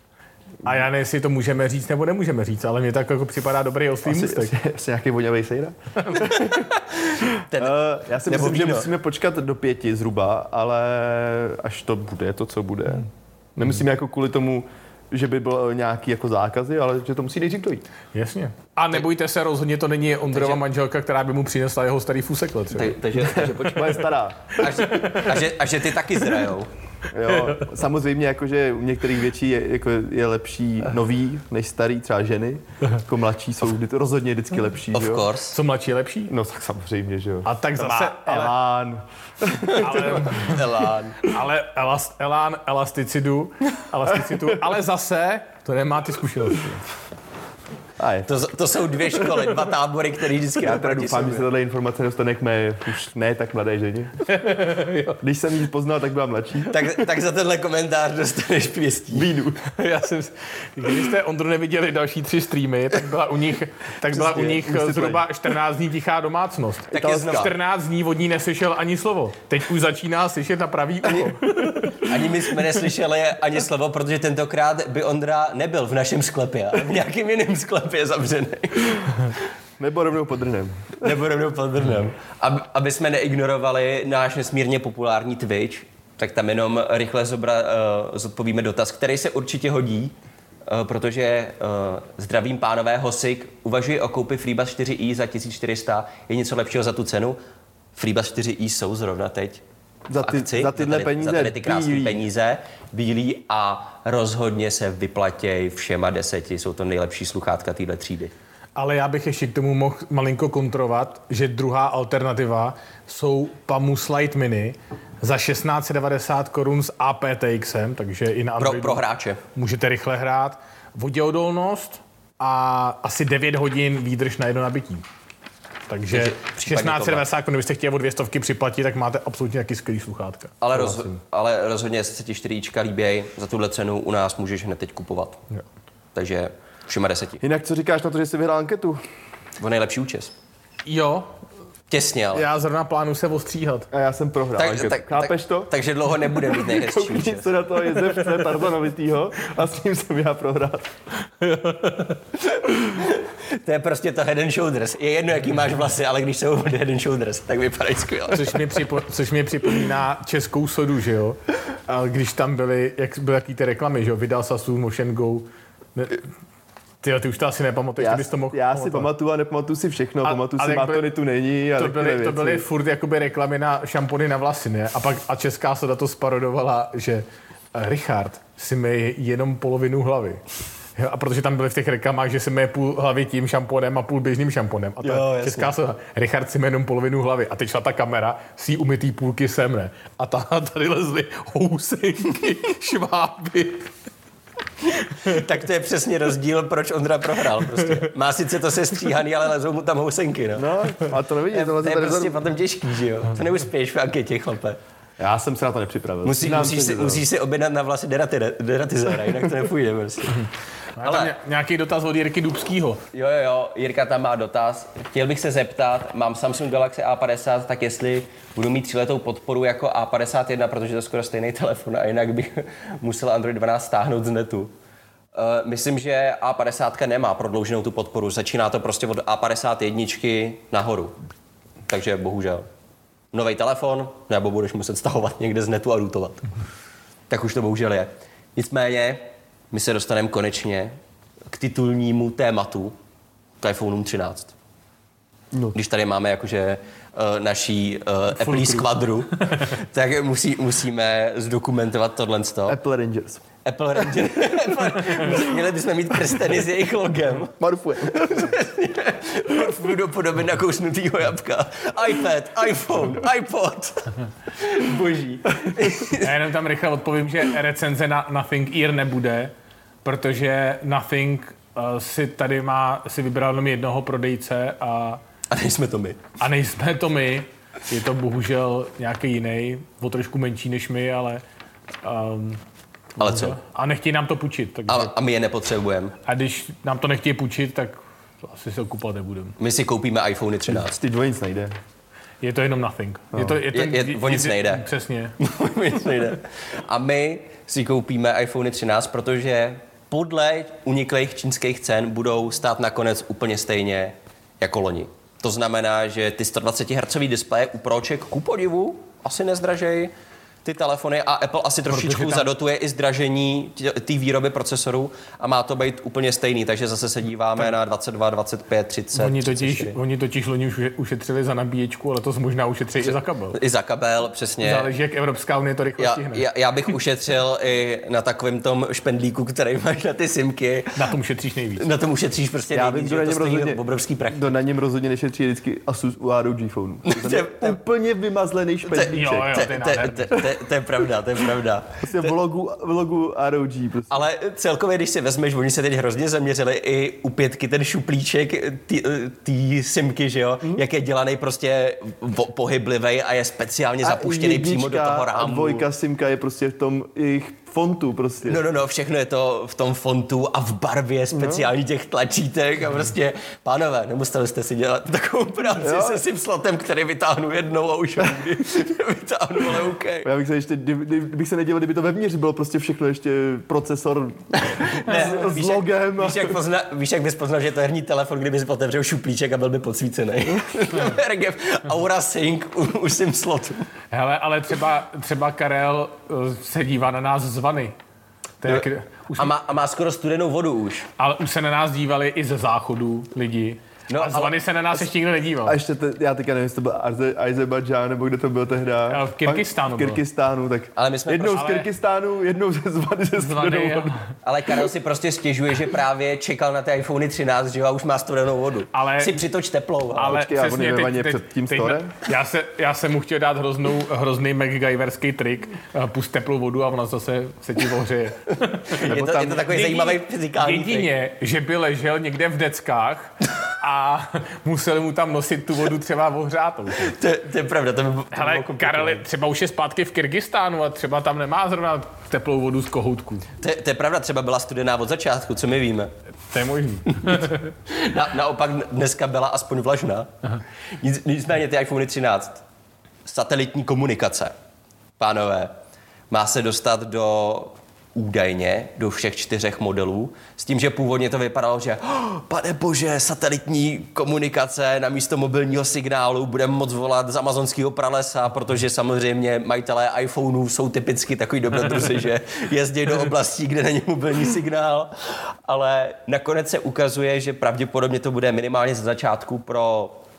[SPEAKER 3] A já nevím, jestli to můžeme říct nebo nemůžeme říct, ale mně tak jako připadá dobrý oslý
[SPEAKER 2] asi,
[SPEAKER 3] můstek.
[SPEAKER 2] Asi, asi nějaký voňavej sejra? Ten, uh, já si myslím, víno. že musíme počkat do pěti zhruba, ale až to bude to, co bude. Hmm. Nemyslím jako kvůli tomu, že by byl nějaký jako zákazy, ale že to musí nejdřív dojít.
[SPEAKER 3] Jasně. A nebojte se, rozhodně to není Ondrova takže, manželka, která by mu přinesla jeho starý fusekle třeba.
[SPEAKER 1] Tak, takže, takže počkej, stará. A že, a, že, a že ty taky zrajou.
[SPEAKER 2] Jo, samozřejmě jakože u některých věcí je, jako je lepší nový než starý, třeba ženy. Jako mladší jsou vždy, rozhodně vždycky lepší.
[SPEAKER 1] Of
[SPEAKER 2] jo?
[SPEAKER 1] course.
[SPEAKER 3] Co mladší je lepší?
[SPEAKER 2] No tak samozřejmě, že jo.
[SPEAKER 3] A tak zase
[SPEAKER 2] elán.
[SPEAKER 3] Ale,
[SPEAKER 1] elán.
[SPEAKER 3] Ale elast, elán, elasticidu, elasticidu, ale zase to nemá ty zkušenosti.
[SPEAKER 1] To, to jsou dvě školy, dva tábory, které vždycky
[SPEAKER 2] já teda doufám, že se tato informace dostane k mé už ne tak mladé ženě. Když jsem ji poznal, tak byla mladší.
[SPEAKER 1] tak, tak za tenhle komentář dostaneš pěstí.
[SPEAKER 2] Vínu.
[SPEAKER 3] Já jsem, když jste Ondru neviděli další tři streamy, tak byla u nich, tak byla u nich zhruba čtrnáct dní tichá domácnost.
[SPEAKER 1] Tak
[SPEAKER 3] čtrnáct dní od ní neslyšel ani slovo. Teď už začíná slyšet na pravý ucho.
[SPEAKER 1] Ani my jsme neslyšeli ani slovo, protože tentokrát by Ondra nebyl v našem sklepě, ale v nějakým jiném sklepě zavřený.
[SPEAKER 2] Nebo rovnou pod drnem.
[SPEAKER 1] Nebo rovnou pod drnem. Aby, aby jsme neignorovali náš nesmírně populární Twitch, tak tam jenom rychle zobra, uh, zodpovíme dotaz, který se určitě hodí, uh, protože uh, zdravím pánové Hosik, uvažuji o koupi FreeBuds čtyři i za tisíc čtyři sta, je něco lepšího za tu cenu? FreeBuds čtyři i jsou zrovna teď
[SPEAKER 2] za, ty, akci, za tyhle
[SPEAKER 1] za tady,
[SPEAKER 2] peníze,
[SPEAKER 1] za tady ty krásné peníze, bílí a rozhodně se vyplatěj všema deseti, jsou to nejlepší sluchátka téhle třídy.
[SPEAKER 3] Ale já bych ještě k tomu mohl malinko kontrovat, že druhá alternativa jsou Pamus Lite Mini za šestnáct set devadesát korun s A P T X em, takže i na Androidu
[SPEAKER 1] pro, pro hráče
[SPEAKER 3] můžete rychle hrát. Voděodolnost a asi devět hodin výdrž na jedno nabití. Takže šestnáct set devadesát korun, kdybyste chtěli o dvě stovky připlatit, tak máte absolutně nějaký skvělý sluchátka.
[SPEAKER 1] Ale, roz, ale rozhodně, jestli se ti čtyříčka líbějí, za tuhle cenu u nás můžeš hned teď kupovat. Jo. Takže všema deseti.
[SPEAKER 2] Jinak co říkáš na to, že jsi vyhrál anketu?
[SPEAKER 1] O nejlepší účes.
[SPEAKER 3] Jo.
[SPEAKER 1] Těsně, ale.
[SPEAKER 3] Já zrovna plánuju se ostříhat.
[SPEAKER 2] A já jsem prohrál.
[SPEAKER 1] Tak, tak,
[SPEAKER 2] Chápeš
[SPEAKER 1] tak,
[SPEAKER 2] to?
[SPEAKER 1] Takže dlouho nebude mít nejhezčí účes.
[SPEAKER 2] Koukni se na toho Jezevce Tarzanovitýho a s ním jsem já prohrál.
[SPEAKER 1] To je prostě to Head and Shoulders. Je jedno, jaký máš vlasy, ale když jsou Head and Shoulders, tak vypadají skvěle.
[SPEAKER 3] Což mi, připo, což mi připomíná českou sodu, že jo? A když tam byly, jak byly jaký ty reklamy, že jo? Vydal Sasu, Motion Go. Ne, ty, ty už to asi nepamatuješ,
[SPEAKER 2] já,
[SPEAKER 3] bys to mohl
[SPEAKER 2] Já si pamatuju a nepamatuju si všechno, a, pamatuju si Matory tu není. A
[SPEAKER 3] to, byly, to byly furt jakoby reklamy na šampony na vlasy, ne? A pak a česká soda to sparodovala, že Richard si myje jenom polovinu hlavy. Jo, a protože tam byly v těch reklamách, že si myje půl hlavy tím šamponem a půl běžným šamponem. A ta jo, česká slova. Richard si myje jenom polovinu hlavy. A teď šla ta kamera, si umytý půlky semne. A ta, tady lezly housenky, šváby.
[SPEAKER 1] Tak to je přesně rozdíl, proč Ondra prohrál. Prostě. Má sice to sestříhaný, ale lezou mu tam housenky. No,
[SPEAKER 2] no a to nevidíš.
[SPEAKER 1] To, to je prostě potom těžký, že jo? To neuspěješ v anketě, chlape.
[SPEAKER 2] Já jsem se na to nepřipravil.
[SPEAKER 1] Musí, musíš, si, musíš si objednat na vlasy deratizéra, jinak to nepůjde prostě.
[SPEAKER 3] Ale nějaký dotaz od Jirky Dubskýho.
[SPEAKER 1] Jo, jo, jo, Jirka tam má dotaz. Chtěl bych se zeptat, mám Samsung Galaxy A padesát, tak jestli budu mít tříletou podporu jako A padesát jedna, protože to je skoro stejný telefon a jinak bych musel Android dvanáct stáhnout z netu. Uh, myslím, že A padesát nemá prodlouženou tu podporu. Začíná to prostě od A padesát jedna nahoru. Takže bohužel. Nový telefon, nebo budeš muset stahovat někde z netu a routovat. Tak už to bohužel je. Nicméně, my se dostaneme konečně k titulnímu tématu k iPhone třináct. No. Když tady máme jakože uh, naší uh, Apple Squadru, tak musí, musíme zdokumentovat tohle.
[SPEAKER 2] Apple Rangers.
[SPEAKER 1] Apple Rangers. Měli bychom mít prsteny s jejich logem.
[SPEAKER 2] Marfuje.
[SPEAKER 1] Budu podobit na kousnutýho jabka. iPad, iPhone, iPod. Boží.
[SPEAKER 3] Já jenom tam rychle odpovím, že recenze na Nothing Ear nebude, protože Nothing uh, si tady má, si vybral jenom jednoho prodejce a...
[SPEAKER 1] A nejsme to my.
[SPEAKER 3] A nejsme to my. Je to bohužel nějaký jiný, o trošku menší než my, ale... Um,
[SPEAKER 1] ale co?
[SPEAKER 3] A nechtějí nám to půjčit. Takže...
[SPEAKER 1] A, a my je nepotřebujeme.
[SPEAKER 3] A když nám to nechtějí půjčit, tak asi se kupovat nebudeme.
[SPEAKER 1] My si koupíme iPhone třináct.
[SPEAKER 2] Ty dvoj nic nejde.
[SPEAKER 3] Je to jenom Nothing. No. Je to, je to,
[SPEAKER 1] je, je, o nic nejde.
[SPEAKER 3] Přesně.
[SPEAKER 1] O nic nejde. A my si koupíme iPhone třináct, protože podle uniklých čínských cen budou stát nakonec úplně stejně jako loni. To znamená, že ty sto dvacet hertzový displeje u Proček ku podivu asi nezdražejí ty telefony a Apple asi trošičku tam... zadotuje i zdražení té výroby procesorů a má to být úplně stejný, takže zase se díváme tak... na dvacet dva, dvacet pět, třicet,
[SPEAKER 3] Oni totiž, oni totiž loni už ušetřili za nabíječku, ale to možná ušetří i za kabel.
[SPEAKER 1] I za kabel, přesně.
[SPEAKER 3] Záleží, jak Evropská unie to rychle
[SPEAKER 1] já,
[SPEAKER 3] stihne.
[SPEAKER 1] Já, já bych ušetřil i na takovém tom špendlíku, který máš na ty simky.
[SPEAKER 3] Na tom ušetříš nejvíc.
[SPEAKER 1] Na tom ušetříš prostě
[SPEAKER 2] já
[SPEAKER 1] nejvíc,
[SPEAKER 2] že to stojí
[SPEAKER 1] rozhodně, obrovský prach.
[SPEAKER 2] To na něm rozhodně nešetří vždycky Asus u R O G phone. To je úplně vymazlený špendlíček.
[SPEAKER 1] To je pravda, to je pravda.
[SPEAKER 2] Prostě v logu, v logu R O G. Prostě.
[SPEAKER 1] Ale celkově, když si vezmeš, oni se teď hrozně zaměřili i u pětky ten šuplíček, ty simky, že jo, mm. jak je dělaný prostě pohyblivý a je speciálně a zapuštěný přímo do toho rámu.
[SPEAKER 2] A dvojka simka je prostě v tom jejich fontu prostě.
[SPEAKER 1] No, no, no, všechno je to v tom fontu a v barvě speciální no. těch tlačítek a prostě, pánové, nemuseli jste si dělat takovou práci jo. se svým slotem, který vytáhnu jednou a už ho vytáhnu, ale OK.
[SPEAKER 2] Já bych se ještě, kdybych se nedělal, kdyby to vevnitř bylo prostě všechno ještě procesor
[SPEAKER 1] ne,
[SPEAKER 2] s,
[SPEAKER 1] víš,
[SPEAKER 2] s logem.
[SPEAKER 1] Jak, víš, jak pozna, víš, jak bys poznal, že je to herní telefon, kdyby jsi otevřel šuplíček a byl by podsvícený. Aura Sync u, u SIM slotu.
[SPEAKER 3] Hele, ale třeba, třeba Karel se dívá na nás z vany.
[SPEAKER 1] No, jak, už a, má, a má skoro studenou vodu už.
[SPEAKER 3] Ale už se na nás dívali i ze záchodu lidi. No, a z vany se na nás a, ještě nikdo nedíval.
[SPEAKER 2] A ještě, te, já teďka nevím, jestli to byl Azerbajdžán, nebo kde to byl tehda.
[SPEAKER 3] V Kyrgyzstánu.
[SPEAKER 2] V Kyrgyzstánu, tak
[SPEAKER 1] ale my jsme
[SPEAKER 2] jednou
[SPEAKER 1] prošli,
[SPEAKER 2] z Kyrgyzstánu, jednou ze zvany ze studenou vodu.
[SPEAKER 1] Ale Karel si prostě stěžuje, že právě čekal na ty iPhone třináct, že a už má studenou vodu. Ale, si přitoč teplou.
[SPEAKER 2] Ale počkej, přesně, teď, teď, před tím teď, storem?
[SPEAKER 3] Já, se, já jsem mu chtěl dát hroznou, hrozný MacGyverský trik, pust teplou vodu a ona zase se ti ohřeje.
[SPEAKER 1] je, to, je to takový jedině, zajímavý fyzikální
[SPEAKER 3] jedině, trik. Že by ležel někde v deckách a museli mu tam nosit tu vodu třeba ohřátou.
[SPEAKER 1] To, to je pravda. To by, to
[SPEAKER 3] hele, Karel třeba už je zpátky v Kyrgyzstánu a třeba tam nemá zrovna teplou vodu z kohoutku.
[SPEAKER 1] To, to je pravda, třeba byla studená od začátku, co my víme.
[SPEAKER 3] To je možný.
[SPEAKER 1] Na, naopak dneska byla aspoň vlažná. Nic, nicméně ty iPhone třináct, satelitní komunikace, pánové, má se dostat do údajně do všech čtyřech modelů, s tím, že původně to vypadalo, že oh, pane bože, satelitní komunikace na místo mobilního signálu, budeme moc volat z amazonského pralesa, protože samozřejmě majitelé iPhoneů jsou typicky takový dobrodruzi, že jezdí do oblastí, kde není mobilní signál, ale nakonec se ukazuje, že pravděpodobně to bude minimálně ze začátku pro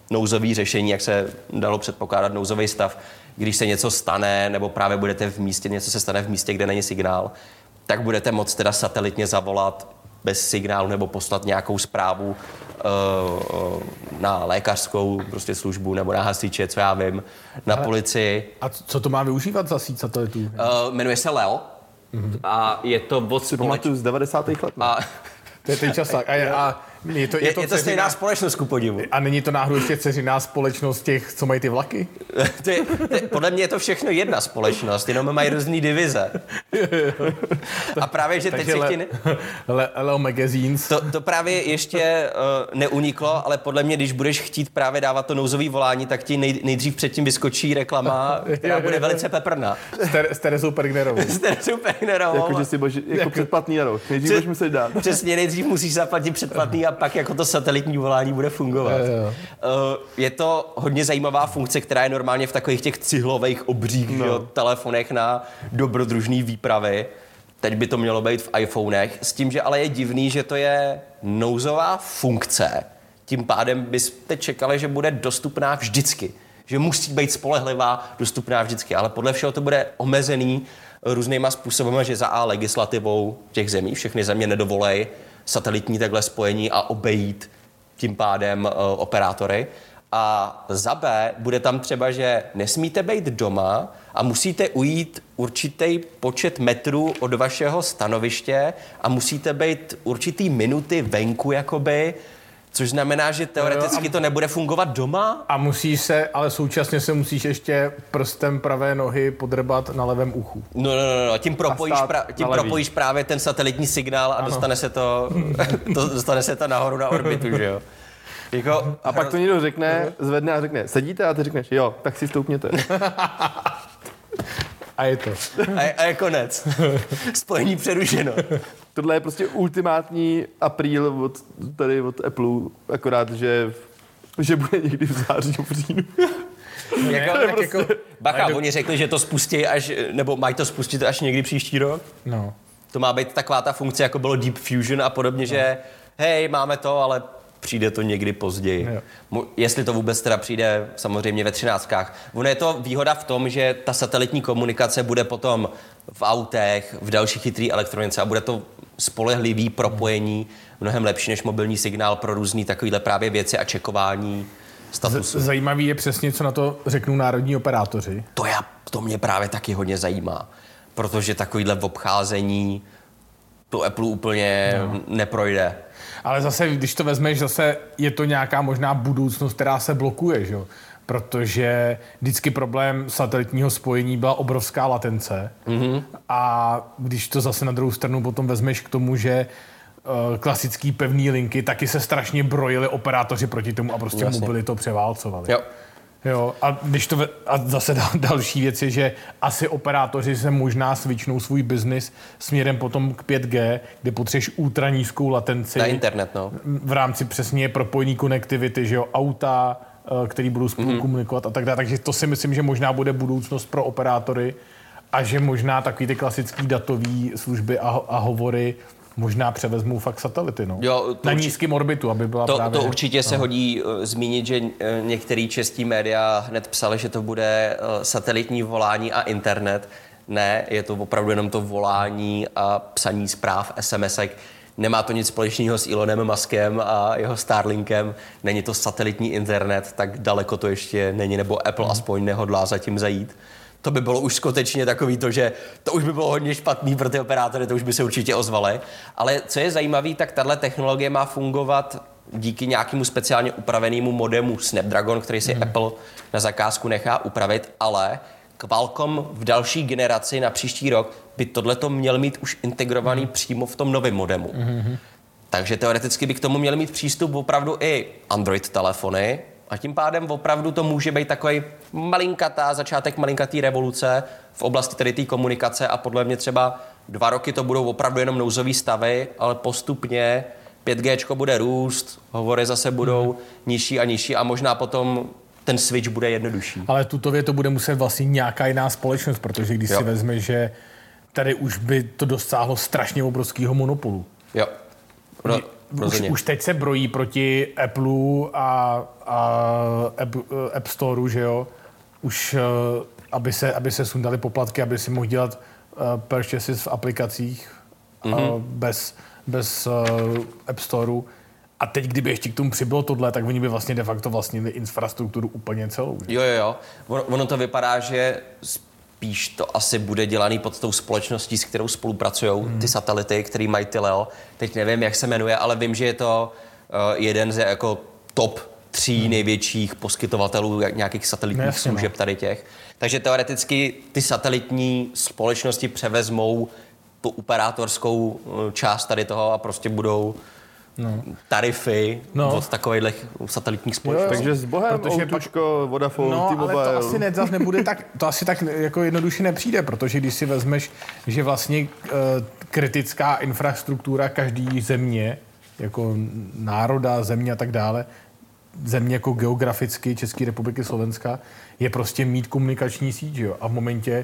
[SPEAKER 1] nouzový řešení, jak se dalo předpokládat nouzový stav, když se něco stane, nebo právě budete v místě, něco se stane v místě, kde není signál, tak budete moct teda satelitně zavolat bez signálu nebo poslat nějakou zprávu uh, na lékařskou prostě službu nebo na hasiče, co já vím, na
[SPEAKER 3] Ale,
[SPEAKER 1] policii.
[SPEAKER 3] A co to má využívat za síť satelitů?
[SPEAKER 1] Uh, jmenuje se L E O mm-hmm. a je to od
[SPEAKER 2] Si pamatuju z devadesátých let.
[SPEAKER 1] a
[SPEAKER 3] To je ten časák. A, je, a je to, je
[SPEAKER 1] je,
[SPEAKER 3] to,
[SPEAKER 1] je to stejná společnost, ku podivu.
[SPEAKER 3] A není to náhodou ještě dceřiná společnost těch, co mají ty vlaky?
[SPEAKER 1] to je, to je, podle mě je to všechno jedna společnost, jenom mají různý divize. A právě, že teď se chtějí...
[SPEAKER 3] Leo Magazines.
[SPEAKER 1] To, to právě ještě uh, neuniklo, ale podle mě, když budeš chtít právě dávat to nouzový volání, tak ti nej, nejdřív předtím vyskočí reklama, která bude velice peprná.
[SPEAKER 3] S Terezou Pergnerovou.
[SPEAKER 1] S Terezou Pergnerovou.
[SPEAKER 2] Jako, že si bož, jako předplatný na rok. Nejdřív budeš muset dát.
[SPEAKER 1] Přesně, nejdřív musíš zaplatit předplatný a pak jako to satelitní volání bude fungovat.
[SPEAKER 3] Je, jo.
[SPEAKER 1] Uh, je to hodně zajímavá funkce, která je normálně v takových těch cihlových obřích no. jo, telefonech na dobrodružný výpravy. Teď by to mělo být v iPhonech, s tím, že ale je divný, že to je nouzová funkce. Tím pádem byste čekali, že bude dostupná vždycky. Že musí být spolehlivá, dostupná vždycky. Ale podle všeho to bude omezený různýma způsoby, že za A legislativou těch zemí, všechny země nedovolej satelitní takhle spojení a obejít tím pádem uh, operátory. A za B bude tam třeba, že nesmíte být doma a musíte ujít určitý počet metrů od vašeho stanoviště a musíte být určitý minuty venku jakoby, což znamená, že teoreticky to nebude fungovat doma.
[SPEAKER 3] A musíš se, ale současně se musíš ještě prstem pravé nohy podrbat na levém uchu.
[SPEAKER 1] No, no, no, no. Tím, propojíš, pra, tím propojíš právě ten satelitní signál a ano. dostane se to, to, dostane se to nahoru na orbitu, že jo. Jako,
[SPEAKER 2] a pak to někdo řekne, zvedne a řekne, sedíte? A ty řekneš, jo, tak si stoupněte.
[SPEAKER 3] A je to.
[SPEAKER 1] A je, a je konec. Spojení přerušeno.
[SPEAKER 2] Tohle je prostě ultimátní apríl od, tady od Apple, akorát, že, že bude někdy v září v říjnu.
[SPEAKER 1] jako, tak
[SPEAKER 3] prostě,
[SPEAKER 1] jako, bacha, oni řekli, že to spustí až, nebo mají to spustit až někdy příští rok.
[SPEAKER 3] No.
[SPEAKER 1] To má být taková ta funkce, jako bylo Deep Fusion a podobně, no. že hej, máme to, ale přijde to někdy později. Jo. Jestli to vůbec teda přijde samozřejmě ve třináctkách. Ono je to výhoda v tom, že ta satelitní komunikace bude potom v autech, v další chytrý elektronice a bude to spolehlivý propojení, mnohem lepší než mobilní signál pro různý takovýhle právě věci a čekování statusu.
[SPEAKER 3] Zajímavý je přesně, co na to řeknou národní operátoři.
[SPEAKER 1] To, já, to mě právě taky hodně zajímá, protože takovýhle v obcházení to Apple úplně no. neprojde.
[SPEAKER 3] Ale zase, když to vezmeš, zase je to nějaká možná budoucnost, která se blokuje, že jo? Protože vždycky problém satelitního spojení byla obrovská latence. Mm-hmm. A když to zase na druhou stranu potom vezmeš k tomu, že uh, klasický pevný linky taky se strašně brojili operátoři proti tomu a prostě
[SPEAKER 1] Jasně.
[SPEAKER 3] mobily to převálcovali.
[SPEAKER 1] Jo.
[SPEAKER 3] Jo, a, když to ve, a zase dal, další věc je, že asi operátoři se možná switchnou svůj biznis směrem potom k pět G, kde potřebuješ ultra nízkou latenci.
[SPEAKER 1] Na internet, no.
[SPEAKER 3] V rámci přesně propojení konektivity, že jo, auta, který budou spolu mm-hmm. komunikovat a tak dále. Takže to si myslím, že možná bude budoucnost pro operátory a že možná takový ty klasický datový služby a, a hovory možná převezmou fakt satelity, no.
[SPEAKER 1] Jo,
[SPEAKER 3] na nízkém orbitu, aby byla
[SPEAKER 1] to,
[SPEAKER 3] právě...
[SPEAKER 1] To určitě no. se hodí uh, zmínit, že uh, některý český média hned psali, že to bude uh, satelitní volání a internet. Ne, je to opravdu jenom to volání a psaní zpráv, SMSek. Nemá to nic společného s Elonem Muskem a jeho Starlinkem. Není to satelitní internet, tak daleko to ještě není, nebo Apple hmm. aspoň nehodlá zatím zajít. To by bylo už skutečně takový to, že to už by bylo hodně špatný pro ty operátory, to už by se určitě ozvali. Ale co je zajímavé, tak tahle technologie má fungovat díky nějakému speciálně upravenému modemu Snapdragon, který si hmm. Apple na zakázku nechá upravit, ale Qualcomm v další generaci na příští rok by tohleto měl mít už integrovaný hmm. přímo v tom novém modemu. Hmm. Takže teoreticky by k tomu měl mít přístup opravdu i Android telefony, a tím pádem opravdu to může být takový malinkatá, začátek malinkatý revoluce v oblasti tedy té komunikace a podle mě třeba dva roky to budou opravdu jenom nouzový stavy, ale postupně pět G bude růst, hovory zase budou hmm. nižší a nižší a možná potom ten switch bude jednodušší.
[SPEAKER 3] Ale tutově to bude muset vlastně nějaká jiná společnost, protože když jo. si vezme, že tady už by to dosáhlo strašně obrovského monopolu.
[SPEAKER 1] Jo. No.
[SPEAKER 3] už, už teď se brojí proti Apple a, a App, App Storeu, že jo? Už, aby se, aby se sundali poplatky, aby si mohl dělat uh, purchases v aplikacích mm-hmm. uh, bez, bez uh, App Storeu. A teď, kdyby ještě k tomu přibylo tohle, tak oni by vlastně de facto vlastnili infrastrukturu úplně celou. Že?
[SPEAKER 1] Jo, jo, jo. Ono, ono to vypadá, že spíš to asi bude dělaný pod tou společností, s kterou spolupracují hmm. ty satelity, který mají ty Leo. Teď nevím, jak se jmenuje, ale vím, že je to uh, jeden ze jako top tří hmm. největších poskytovatelů nějakých satelitních no, služeb tady těch. Takže teoreticky ty satelitní společnosti převezmou tu operátorskou část tady toho a prostě budou no. tarify no. od takových satelitních společností.
[SPEAKER 2] Takže s Bohem, Outučko, Vodafone,
[SPEAKER 3] no,
[SPEAKER 2] T-Mobile.
[SPEAKER 3] Ale to asi ne, zase nebude tak, to asi tak jako jednoduše nepřijde, protože když si vezmeš, že vlastně uh, kritická infrastruktura každý země, jako národa, země a tak dále, země jako geograficky České republiky, Slovenska, je prostě mít komunikační síť, jo? A v momentě,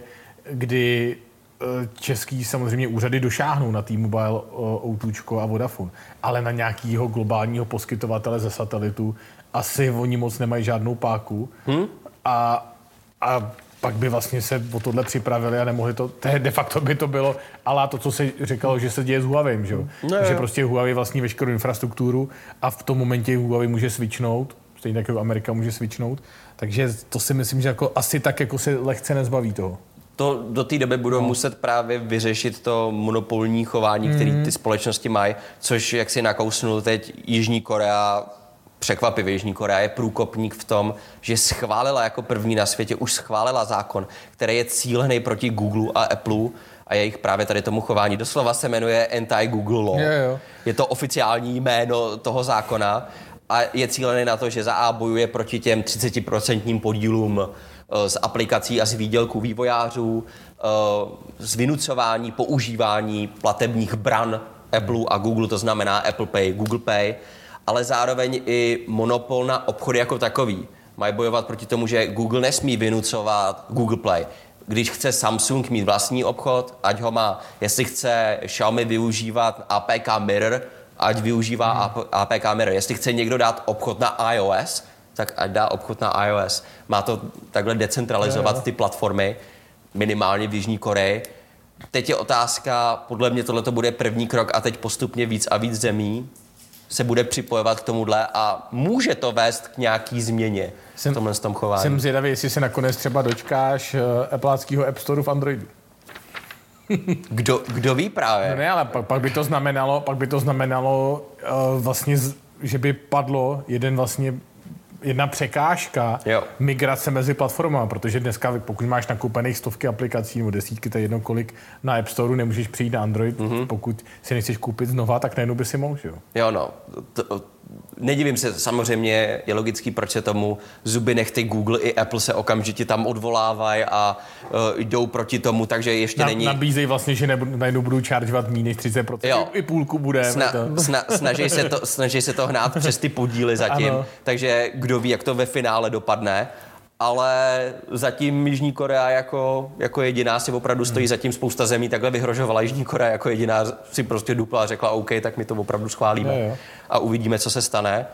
[SPEAKER 3] kdy český samozřejmě úřady došáhnou na T-Mobile, Outučko a Vodafone, ale na nějakého globálního poskytovatele ze satelitu asi oni moc nemají žádnou páku hmm? a, a pak by vlastně se o tohle připravili a nemohli to, de facto by to bylo, ale to, co se říkalo, že se děje s Huawei, že jo? No, že prostě Huawei vlastní veškerou infrastrukturu a v tom momentě Huawei může switchnout, stejně tak jako Amerika může switchnout, takže to si myslím, že jako asi tak jako se lehce nezbaví toho.
[SPEAKER 1] To do té doby budou no. muset právě vyřešit to monopolní chování, mm. které ty společnosti mají, což, jak si nakousnul teď, Jižní Korea, překvapivě Jižní Korea je průkopník v tom, že schválila jako první na světě, už schválila zákon, který je cílený proti Google a Apple a jejich právě tady tomu chování. Doslova se jmenuje Anti-Google Law.
[SPEAKER 3] Je, jo.
[SPEAKER 1] Je to oficiální jméno toho zákona a je cílený na to, že za A bojuje proti těm třicet procent podílům z aplikací a z výdělků vývojářů, z vynucování, používání platebních bran Apple a Google, to znamená Apple Pay, Google Pay, ale zároveň i monopol na obchody jako takový. Mají bojovat proti tomu, že Google nesmí vynucovat Google Play. Když chce Samsung mít vlastní obchod, ať ho má. Jestli chce Xiaomi využívat A P K Mirror, ať využívá hmm. A P K Mirror. Jestli chce někdo dát obchod na iOS, tak ať dá obchod na iOS. Má to takhle decentralizovat ty platformy, minimálně v Jižní Koreji. Teď je otázka, podle mě tohle bude první krok a teď postupně víc a víc zemí se bude připojovat k tomuhle a může to vést k nějaký změně jsem, v tomhle tom chování.
[SPEAKER 3] Jsem zvědavý, jestli se nakonec třeba dočkáš Appleáckého App Storeu v Androidu.
[SPEAKER 1] Kdo, kdo ví právě?
[SPEAKER 3] No ne, ale pak, pak by to znamenalo, pak by to znamenalo uh, vlastně, že by padlo jeden vlastně jedna překážka jo. migrace mezi platformami, protože dneska, pokud máš nakoupených stovky aplikací nebo desítky, to je jedno kolik na App Storeu, nemůžeš přijít na Android, mm-hmm. pokud si nechceš koupit znova, tak najednou by si mohl, jo?
[SPEAKER 1] Jo, no. To, nedivím se, samozřejmě je logický, proč se tomu zuby nechty Google i Apple se okamžitě tam odvolávají a uh, jdou proti tomu, takže ještě na, není...
[SPEAKER 3] Nabízejí vlastně, že nebudu, najednou budou čaržovat minus třicet procent, jo. I, i půlku bude.
[SPEAKER 1] Sna, sna, snaží, se to, snaží se to hnát přes ty podíly zatím, ano. Takže kdo ví, jak to ve finále dopadne. Ale zatím Jižní Korea jako, jako jediná si opravdu stojí, zatím spousta zemí takhle vyhrožovala. Jižní Korea jako jediná si prostě dupla a řekla OK, tak my to opravdu schválíme. Jo, jo. A uvidíme, co se stane.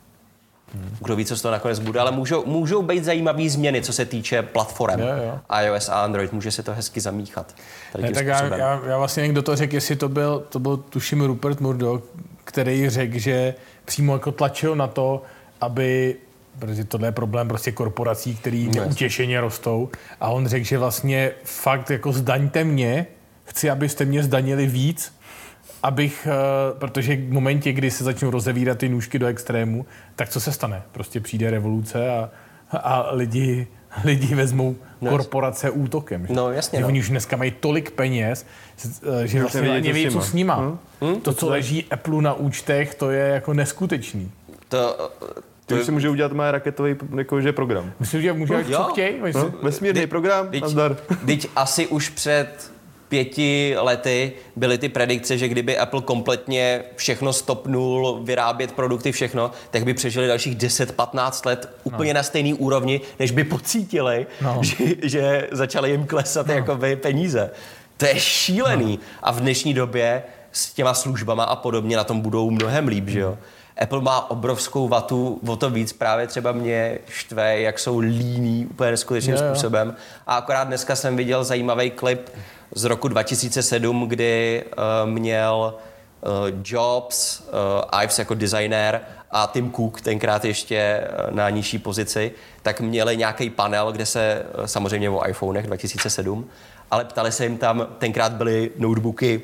[SPEAKER 1] Kdo ví, co z toho nakonec bude, ale můžou, můžou být zajímavé změny, co se týče platform. Jo, jo. iOS a Android, může se to hezky zamíchat.
[SPEAKER 3] Ne, tak já, já, já vlastně někdo to řekl, jestli to byl, to byl tuším Rupert Murdoch, který řekl, že přímo jako tlačil na to, aby protože tohle je problém prostě korporací, který neutěšeně rostou. A on řekl, že vlastně fakt jako zdaňte mě, chci, abyste mě zdanili víc, abych, protože v momentě, kdy se začnou rozevírat ty nůžky do extrému, tak co se stane? Prostě přijde revoluce a, a lidi, lidi vezmou no, korporace útokem. Že?
[SPEAKER 1] No jasně.
[SPEAKER 3] Že
[SPEAKER 1] no.
[SPEAKER 3] Oni už dneska mají tolik peněz, že vlastně ani neví, co s nima. Hmm? Hmm? To, co leží Apple na účtech, to je jako neskutečný.
[SPEAKER 1] To...
[SPEAKER 2] Ty už si může udělat má raketový jakože program.
[SPEAKER 3] Myslím, že může co chtějí.
[SPEAKER 2] No, vesmírný Vždy, program, nazdar.
[SPEAKER 1] Teď asi už před pěti lety byly ty predikce, že kdyby Apple kompletně všechno stopnul, vyrábět produkty, všechno, tak by přežili dalších deset patnáct let úplně no. na stejný úrovni, než by pocítili, no. že, že začaly jim klesat no. jakoby peníze. To je šílený. No. A v dnešní době s těma službama a podobně na tom budou mnohem líp, že jo. Apple má obrovskou vatu, o to víc právě třeba mě štve, jak jsou líní úplně neskutečným způsobem. A akorát dneska jsem viděl zajímavý klip z roku dva tisíce sedm, kdy uh, měl uh, Jobs, uh, Ives jako designér a Tim Cook, tenkrát ještě uh, na nižší pozici, tak měli nějaký panel, kde se, uh, samozřejmě o iPhonech dva tisíce sedm, ale ptali se jim tam, tenkrát byly notebooky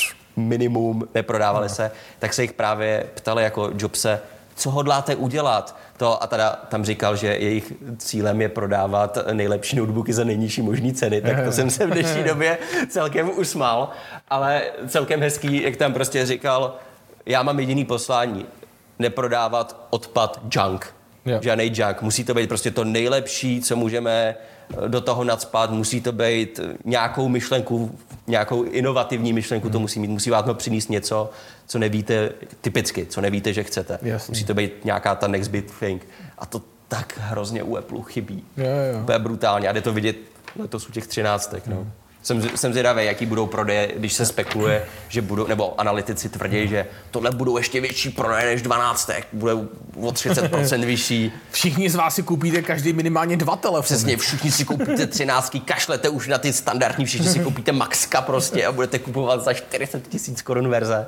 [SPEAKER 1] minimum, neprodávali se, tak se jich právě ptali jako Jobse, co hodláte udělat? To, a teda tam říkal, že jejich cílem je prodávat nejlepší notebooky za nejnižší možný ceny, tak to jsem se v dnešní době celkem usmál, ale celkem hezký, jak tam prostě říkal, já mám jediný poslání, neprodávat odpad junk. Yeah. Žádnej junk. Musí to být prostě to nejlepší, co můžeme do toho nacpat, musí to být nějakou myšlenku, nějakou inovativní myšlenku, to musí mít, musí vám to přinést něco, co nevíte typicky, co nevíte, že chcete. Jasně. Musí to být nějaká ta next big thing. A to tak hrozně u Apple chybí. Jo, jo. To je brutálně a jde to vidět letos u těch třináctek. No. Hmm. Jsem, jsem zvědavý, jaký budou prodeje, když se spekuluje, že budou, nebo analytici tvrdí, že tohle budou ještě větší prodeje než dvanáctek, bude o třicet procent vyšší.
[SPEAKER 3] Všichni z vás si koupíte každý minimálně dva telefony.
[SPEAKER 1] Přesně, všichni si koupíte třináctky, kašlete už na ty standardní, všichni si koupíte Maxka prostě a budete kupovat za čtyřicet tisíc korun verze.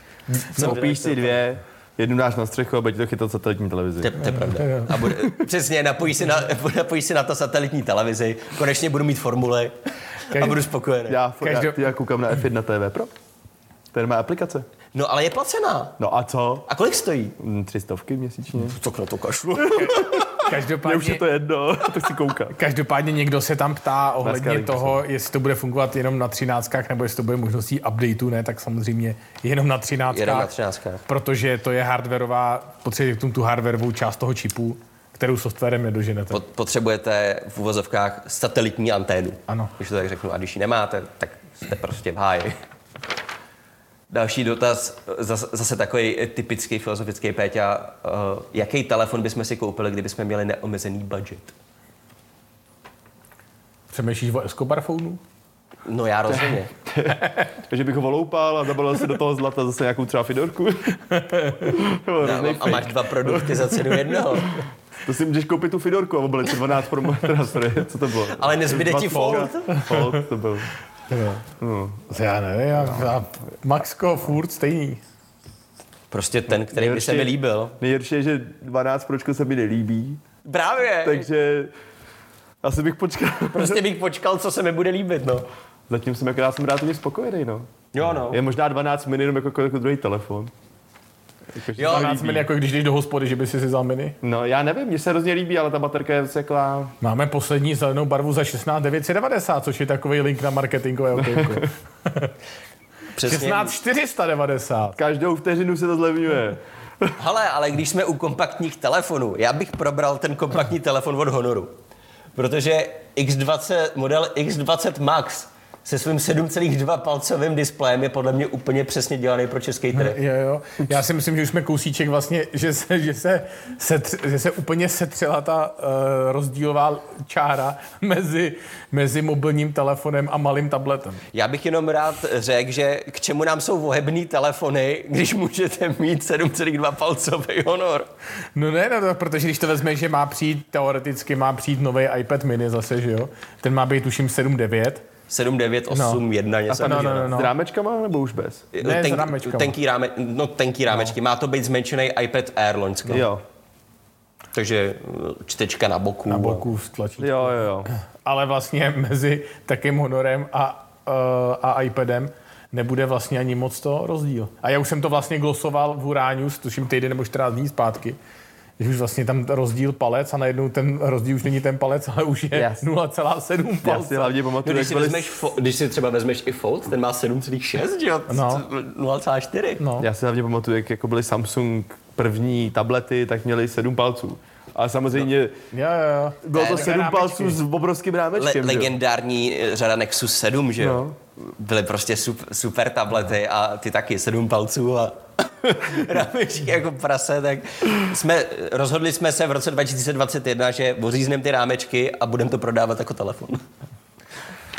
[SPEAKER 2] Koupíš si dvě, jednu dáš na střechu a bude to chytat satelitní televizi.
[SPEAKER 1] To, to je pravda. A bude, přesně, napojíš si, na, napojíš si na to satelitní televizi, konečně budu mít formuly. Každý, a budu spokojený.
[SPEAKER 2] Já, Každý... já, já koukám na F jedna T V Pro. Ten má aplikace.
[SPEAKER 1] No ale je placená.
[SPEAKER 2] No a co?
[SPEAKER 1] A kolik stojí?
[SPEAKER 2] Tři stovky měsíčně.
[SPEAKER 1] Tak na to kašlu.
[SPEAKER 2] Každopádně... Mě už je to jedno, to si koukám.
[SPEAKER 3] Každopádně někdo se tam ptá ohledně toho, jestli to bude fungovat jenom na třináctkách, nebo jestli to bude možností updateu, ne, tak samozřejmě jenom na třináctkách.
[SPEAKER 1] Jenom na třináctkách.
[SPEAKER 3] Protože to je hardwareová, potřebujete k tomu tu hardwareovou část toho čipu, kterou softwarem nedoženete.
[SPEAKER 1] Potřebujete v uvozovkách satelitní anténu.
[SPEAKER 3] Ano.
[SPEAKER 1] Když to tak řeknu. A když ji nemáte, tak jste prostě v háji. Další dotaz, zase takový typický filozofický, Péťa. Jaký telefon bychom si koupili, kdybychom měli neomezený budget?
[SPEAKER 2] Přemýšlíš o Escobar phoneu?
[SPEAKER 1] No já rozhodně.
[SPEAKER 2] Takže bych ho oloupal a zabalil si do toho zlata zase nějakou třeba Fidorku.
[SPEAKER 1] No, a máš dva produkty za cenu jednoho.
[SPEAKER 2] To si můžeš koupit tu Fidorku a oblici dvanáct pro sorry, co to bylo?
[SPEAKER 1] Ale nezbyde ti Fold.
[SPEAKER 2] Fold to byl.
[SPEAKER 3] No. Já nevím, já, já Maxko furt stejný.
[SPEAKER 1] Prostě ten, který by se mi líbil.
[SPEAKER 2] Nejhorší je, že dvanáct Pročko se mi nelíbí.
[SPEAKER 1] Právě.
[SPEAKER 2] Takže asi bych počkal.
[SPEAKER 1] Prostě bych počkal, co se mi bude líbit, no.
[SPEAKER 2] Zatím jsem jako, já jsem rád spokojený, no.
[SPEAKER 1] Jo, no.
[SPEAKER 2] Je možná dvanáct mini jenom jako, jako druhý telefon.
[SPEAKER 3] Jako, jo, dvanáct mini, jako když jdeš do hospody, že by si si vzal mini?
[SPEAKER 2] No, já nevím, mně se hrozně líbí, ale ta baterka je taková...
[SPEAKER 3] Máme poslední zelenou barvu za šestnáct devět set devadesát, což je takový link na marketingové okénko. šestnáct čtyři sta devadesát.
[SPEAKER 2] Každou vteřinu se to zlevňuje.
[SPEAKER 1] Hele, ale když jsme u kompaktních telefonů, já bych probral ten kompaktní telefon od Honoru. Protože X dvacet, model X dvacet Max se svým sedm celá dva palcovým displejem je podle mě úplně přesně dělaný pro český trh.
[SPEAKER 3] Jo, jo. Já si myslím, že už jsme kousíček vlastně, že se, že se, setř, že se úplně setřela ta uh, rozdílová čára mezi, mezi mobilním telefonem a malým tabletem.
[SPEAKER 1] Já bych jenom rád řekl, že k čemu nám jsou vohebný telefony, když můžete mít sedm celá dva palcový Honor.
[SPEAKER 3] No ne, no, protože když to vezmeš, že má přijít, teoreticky má přijít nový iPad mini zase, že jo? Ten má být tuším sedm devět.
[SPEAKER 1] sedm devět osm jedna no. něco.
[SPEAKER 2] No, no, no, no. S rámečkama nebo už bez?
[SPEAKER 3] Ne,
[SPEAKER 1] Ten,
[SPEAKER 3] s rámečkama.
[SPEAKER 1] Tenký, ráme, no, tenký rámečky. No. Má to být zmenšený iPad Air loňsko.
[SPEAKER 2] Jo.
[SPEAKER 1] Takže čtečka na boku.
[SPEAKER 3] Na boku stlačí.
[SPEAKER 2] Jo, jo, jo.
[SPEAKER 3] Ale vlastně mezi takým Honorem a, uh, a iPadem nebude vlastně ani moc to rozdíl. A já už jsem to vlastně glosoval v Huráňu, tuším týden nebo čtrnáct dní zpátky. Když už vlastně tam rozdíl palec a najednou ten rozdíl už není ten palec, ale už je yes. nula celá sedm palce.
[SPEAKER 2] Já si hlavně pamatuju,
[SPEAKER 1] no, když, si vezmeš, fo- když si třeba vezmeš i Fold, ten má sedm celá šest, jo?
[SPEAKER 3] No.
[SPEAKER 1] nula celá čtyři.
[SPEAKER 2] No. Já si hlavně pamatuju, jak jako byly Samsung první tablety, tak měly sedm palců. Ale samozřejmě
[SPEAKER 3] no. jo, jo.
[SPEAKER 2] bylo to sedm palců s obrovským rámečkem.
[SPEAKER 1] Le- legendární řada Nexus sedm, že jo? No. Byly prostě super, super tablety a ty taky sedm palců a rámečky jako prase, tak jsme, rozhodli jsme se v roce dva tisíce dvacet jedna, že ořízneme ty rámečky a budeme to prodávat jako telefon.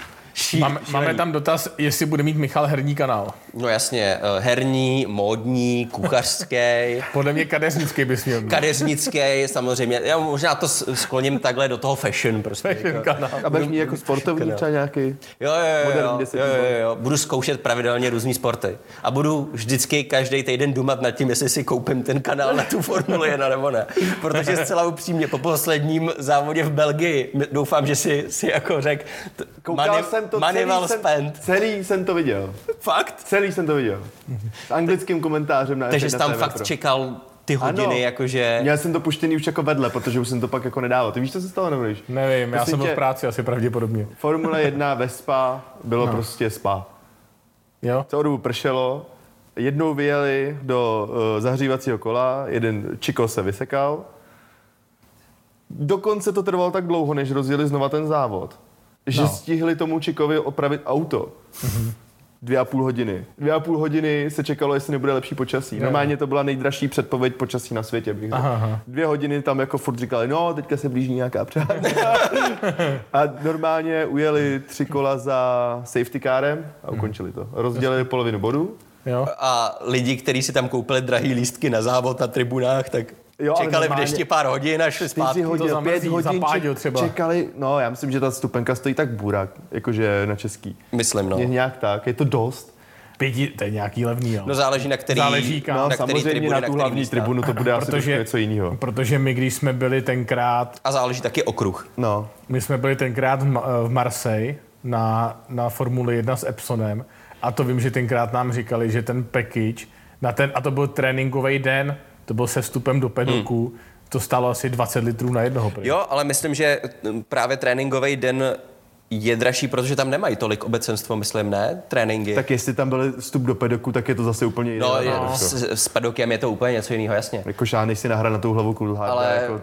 [SPEAKER 1] Ší,
[SPEAKER 3] Máme, máme tam dotaz, jestli bude mít Michal herní kanál.
[SPEAKER 1] No jasně, uh, herní, módní, kuchařský,
[SPEAKER 3] Podle mě kadeřnický bys měl mít.
[SPEAKER 1] kadeřnický, samozřejmě. Já možná to s- skloním takhle do toho fashion prostě.
[SPEAKER 3] Fashion
[SPEAKER 1] jako.
[SPEAKER 3] kanál.
[SPEAKER 2] A budeš mít jako sportovní třeba nějaký?
[SPEAKER 1] Jo, jo, jo,
[SPEAKER 2] Moderní
[SPEAKER 1] jo,
[SPEAKER 2] desetní
[SPEAKER 1] jo,
[SPEAKER 2] bod.
[SPEAKER 1] jo, jo. Budu zkoušet pravidelně různý sporty. A budu vždycky každý týden dumat nad tím, jestli si koupím ten kanál na tu Formuli jedna nebo ne. Protože zcela upřímně, po posledním závodě v Belgii, doufám, že si, si jako řekl, t-
[SPEAKER 2] Koukal
[SPEAKER 1] money,
[SPEAKER 2] jsem to,
[SPEAKER 1] money
[SPEAKER 2] celý
[SPEAKER 1] well
[SPEAKER 2] jsem,
[SPEAKER 1] spent.
[SPEAKER 2] celý jsem to viděl.
[SPEAKER 1] Fakt?
[SPEAKER 2] Celý jsem to viděl. S anglickým komentářem na
[SPEAKER 1] Takže
[SPEAKER 2] F
[SPEAKER 1] jsi
[SPEAKER 2] jedna
[SPEAKER 1] tam
[SPEAKER 2] T V
[SPEAKER 1] fakt
[SPEAKER 2] Pro.
[SPEAKER 1] čekal ty hodiny,
[SPEAKER 2] Ano.
[SPEAKER 1] jakože...
[SPEAKER 2] Měl jsem to puštěný už jako vedle, protože už jsem to pak jako nedával. Ty víš, co se stalo, nebo víš?
[SPEAKER 3] Nevím, já
[SPEAKER 2] Prosím
[SPEAKER 3] jsem byl
[SPEAKER 2] tě,
[SPEAKER 3] v práci asi pravděpodobně.
[SPEAKER 2] Formule jedna ve Spa bylo no. prostě Spa.
[SPEAKER 3] Jo?
[SPEAKER 2] Celou dobu pršelo, jednou vyjeli do uh, zahřívacího kola, jeden Chico se vysekal. Dokonce to trvalo tak dlouho, než rozjeli znova ten závod, že
[SPEAKER 3] No.
[SPEAKER 2] stihli tomu Chicovi opravit auto. Mm-hmm. Dvě a půl hodiny. Dvě a půl hodiny se čekalo, jestli nebude lepší počasí. Normálně to byla nejdražší předpověď počasí na světě, bych řekl.
[SPEAKER 3] Aha, aha.
[SPEAKER 2] Dvě hodiny tam jako furt říkali, no, teďka se blíží nějaká přeháňka. A normálně ujeli tři kola za safety carem a ukončili to. Rozdělili polovinu bodů.
[SPEAKER 3] Jo?
[SPEAKER 1] A lidi, kteří si tam koupili drahý lístky na závod na tribunách, tak
[SPEAKER 2] Jo, ale
[SPEAKER 1] čekali v
[SPEAKER 2] normálně
[SPEAKER 1] dešti pár hodin a šli zpátky.
[SPEAKER 2] Čtyři hodin,
[SPEAKER 3] zamrzí,
[SPEAKER 2] pět hodin
[SPEAKER 3] zapáďou
[SPEAKER 2] ček-
[SPEAKER 3] třeba.
[SPEAKER 2] čekali, no já myslím, že ta stupenka stojí tak burak, jakože na český.
[SPEAKER 1] Myslím, no.
[SPEAKER 2] Je nějak tak, je to dost.
[SPEAKER 3] Pěti, to je nějaký levný, jo.
[SPEAKER 1] No záleží na který,
[SPEAKER 3] Záleží kam.
[SPEAKER 2] No
[SPEAKER 1] na který
[SPEAKER 2] samozřejmě
[SPEAKER 1] tribuny,
[SPEAKER 2] na
[SPEAKER 1] na
[SPEAKER 2] tu
[SPEAKER 1] který
[SPEAKER 2] hlavní
[SPEAKER 1] místa.
[SPEAKER 2] tribunu to bude asi trošku
[SPEAKER 3] protože,
[SPEAKER 2] něco jiného.
[SPEAKER 3] protože my, když jsme byli tenkrát,
[SPEAKER 1] A záleží taky okruh.
[SPEAKER 2] No,
[SPEAKER 3] my jsme byli tenkrát v, Ma- v Marseille na, na Formuli jedna s Epsonem a to vím, že tenkrát nám říkali, že ten package, na ten, a to byl tréninkový den, to byl se vstupem do pedoku, hmm. to stálo asi dvacet litrů na jednoho. Prý.
[SPEAKER 1] Jo, ale myslím, že mm, právě tréninkový den je dražší, protože tam nemají tolik obecenstvo, myslím, ne? Tréninky.
[SPEAKER 2] tak jestli tam byl vstup do pedoku, tak je to zase úplně jiné.
[SPEAKER 1] no, je,
[SPEAKER 2] jako.
[SPEAKER 1] s, s pedokem je to úplně něco jiného, jasně.
[SPEAKER 2] Jako šáhneš si nahrát na tou hlavu kulhát.
[SPEAKER 1] Ale
[SPEAKER 2] Jako,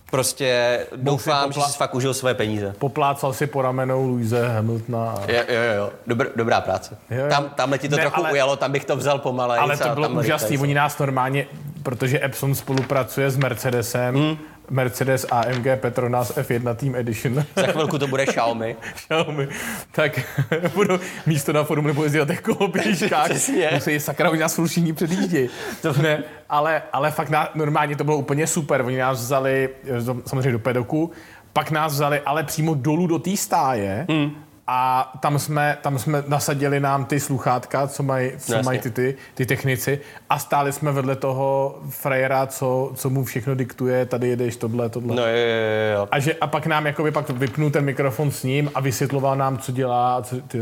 [SPEAKER 1] prostě doufám,
[SPEAKER 3] popla-
[SPEAKER 1] že jsi fakt užil svoje peníze.
[SPEAKER 3] Poplácal si po ramenou Louise Hamiltona. A...
[SPEAKER 1] Jo, jo, jo. Dobr, dobrá práce.
[SPEAKER 3] Jo, jo.
[SPEAKER 1] Tam, tamhle ti to
[SPEAKER 3] Ne,
[SPEAKER 1] trochu
[SPEAKER 3] ale-
[SPEAKER 1] ujalo, tam bych to vzal pomalej.
[SPEAKER 3] Ale to bylo úžasné. Oni nás normálně, protože Epson spolupracuje s Mercedesem, hmm. Mercedes A M G Petronas F jedna Team Edition.
[SPEAKER 1] Za chvilku to bude Xiaomi.
[SPEAKER 3] Xiaomi. Tak budu místo na Formuli budu jezdit na těch koloběžkách.
[SPEAKER 1] Přesně.
[SPEAKER 3] Musí sakra, oni nás furt všichni předjíždějí. To ne, ale, ale fakt na, normálně to bylo úplně super. Oni nás vzali do- samozřejmě do pedoku, pak nás vzali ale přímo dolů do té stáje. Hmm. A tam jsme, tam jsme nasadili nám ty sluchátka, co mají, co
[SPEAKER 1] Jasně.
[SPEAKER 3] mají ty, ty, ty technici a stáli jsme vedle toho frajera, co, co mu všechno diktuje, tady jedeš tohle, tohle.
[SPEAKER 1] No jo, jo, jo.
[SPEAKER 3] A, že, a pak nám jakoby pak vypnul ten mikrofon s ním a vysvětloval nám, co dělá. A co, ty.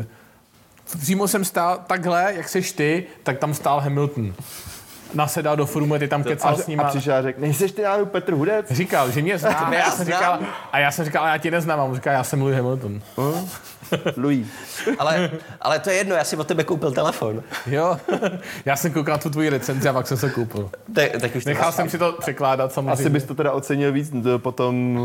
[SPEAKER 3] Přímo jsem stál takhle, jak seš ty, tak tam stál Hamilton. Nasedal do Formule, ty tam kecal
[SPEAKER 2] a,
[SPEAKER 3] s ním.
[SPEAKER 2] a přišel a řekl, nejseš ty náhodou Petr Hudec?
[SPEAKER 3] Říkal, že mě zná.
[SPEAKER 1] To
[SPEAKER 3] A
[SPEAKER 1] mě
[SPEAKER 3] já
[SPEAKER 1] já
[SPEAKER 3] jsem
[SPEAKER 1] znám.
[SPEAKER 3] říkal, a já jsem říkal, ale já tě neznám. A on říká, já jsem Louis Hamilton.
[SPEAKER 2] Hm? Louis.
[SPEAKER 1] Ale, ale to je jedno, já si od tebe koupil telefon.
[SPEAKER 3] Jo, já jsem koukal na tu tvoji recenzi a pak jsem se koupil.
[SPEAKER 1] Tak, tak už to
[SPEAKER 3] Nechal
[SPEAKER 1] máš
[SPEAKER 3] jsem si to překládat samozřejmě.
[SPEAKER 2] Asi bys to teda ocenil víc to potom,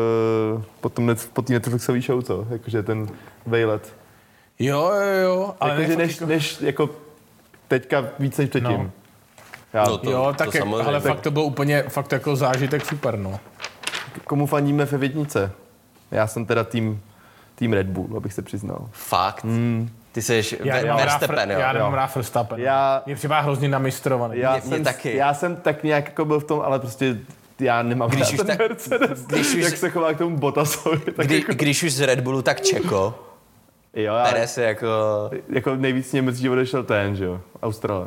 [SPEAKER 2] uh, potom net, po té Netflixové show, co? Jakože ten vejlet.
[SPEAKER 3] Jo, jo, jo. Ale
[SPEAKER 2] Jakože
[SPEAKER 3] ne,
[SPEAKER 2] než,
[SPEAKER 3] fakt
[SPEAKER 2] než jako teďka víc než předtím.
[SPEAKER 3] No.
[SPEAKER 2] Já,
[SPEAKER 1] No to-
[SPEAKER 3] jo, tak jak,
[SPEAKER 1] samozřejmě.
[SPEAKER 3] ale fakt to byl úplně, fakt jako zážitek super, no.
[SPEAKER 2] Komu fandíme ve Vědnice? Já jsem teda tým, tým Red Bull, abych se přiznal.
[SPEAKER 1] Fakt? Mm. Ty jsi
[SPEAKER 3] Já,
[SPEAKER 1] Ve-
[SPEAKER 3] já, já,
[SPEAKER 1] Verstappen, jo?
[SPEAKER 3] já nemám
[SPEAKER 2] Jo.
[SPEAKER 3] rád Verstappen.
[SPEAKER 2] Já-
[SPEAKER 3] Mě připadá hrozně namistrovaný.
[SPEAKER 2] Já,
[SPEAKER 1] Mě- mě
[SPEAKER 2] jsem,
[SPEAKER 1] taky.
[SPEAKER 2] já jsem tak nějak jako byl v tom, ale prostě já nemám
[SPEAKER 1] Když
[SPEAKER 2] rád
[SPEAKER 1] už
[SPEAKER 2] ten
[SPEAKER 1] tak-
[SPEAKER 2] Mercedes,
[SPEAKER 1] když už-
[SPEAKER 2] jak se chová k tomu Bottasovi. Tak
[SPEAKER 1] Kdy,
[SPEAKER 2] jako,
[SPEAKER 1] když už z Red Bullu, tak Čeko.
[SPEAKER 2] jo, já,
[SPEAKER 1] Perez je jako...
[SPEAKER 2] jako nejvíc mě mrzí, že odešel ten, že jo, Australan.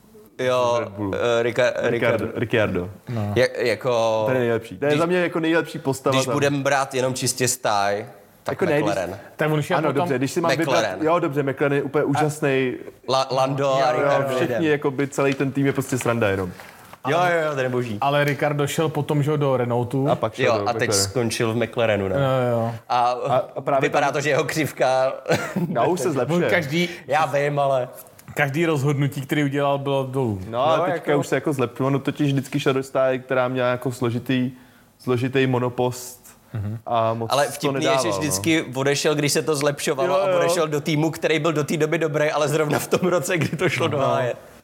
[SPEAKER 1] Jo,
[SPEAKER 2] Red Bullu.
[SPEAKER 1] uh, Rica,
[SPEAKER 2] Ricardo.
[SPEAKER 1] Ricardo.
[SPEAKER 2] Ricciardo.
[SPEAKER 3] No.
[SPEAKER 1] Je, jako...
[SPEAKER 2] To je nejlepší. To je
[SPEAKER 1] Když-
[SPEAKER 2] za mě jako nejlepší postava.
[SPEAKER 1] Když
[SPEAKER 2] tam.
[SPEAKER 1] budeme brát jenom čistě stáj, tak
[SPEAKER 2] Jako ne,
[SPEAKER 1] McLaren.
[SPEAKER 3] Tak on šel
[SPEAKER 2] Ano,
[SPEAKER 3] potom,
[SPEAKER 2] dobře, když si mám
[SPEAKER 1] McLaren.
[SPEAKER 2] vybrat, jo, dobře, McLaren je úplně úžasný.
[SPEAKER 1] La, Lando a
[SPEAKER 2] Jo,
[SPEAKER 1] Ricardo.
[SPEAKER 2] všichni,
[SPEAKER 1] jeden.
[SPEAKER 2] jako by celý ten tým je prostě sranda jenom.
[SPEAKER 1] Jo, jo, jo, to je boží.
[SPEAKER 3] ale Ricardo šel potom, že jo, do Renaultu.
[SPEAKER 2] A pak šel
[SPEAKER 1] Jo,
[SPEAKER 2] do
[SPEAKER 1] a teď
[SPEAKER 2] McLaren.
[SPEAKER 1] skončil v McLarenu, ne?
[SPEAKER 3] Jo, jo.
[SPEAKER 1] A,
[SPEAKER 2] a právě
[SPEAKER 1] vypadá
[SPEAKER 2] tam-
[SPEAKER 1] to, že jeho křivka...
[SPEAKER 2] No, už se
[SPEAKER 3] On
[SPEAKER 2] zlepšuje.
[SPEAKER 3] každý,
[SPEAKER 1] Já vím, ale...
[SPEAKER 3] každý rozhodnutí, který udělal, bylo dolů.
[SPEAKER 2] No, ale
[SPEAKER 1] No,
[SPEAKER 2] teďka
[SPEAKER 1] jako-
[SPEAKER 2] už se jako zlepšuje. Ono totiž vždycky šel do stáje, která měla jako složitý, složitý monopost a moc
[SPEAKER 1] Ale
[SPEAKER 2] to
[SPEAKER 1] vtipný
[SPEAKER 2] nedával,
[SPEAKER 1] je, že
[SPEAKER 2] no.
[SPEAKER 1] vždycky odešel, když se to zlepšovalo
[SPEAKER 2] Jo,
[SPEAKER 1] a
[SPEAKER 2] jo.
[SPEAKER 1] odešel do týmu, který byl do té doby dobrý, ale zrovna v tom roce, kdy to šlo do háje.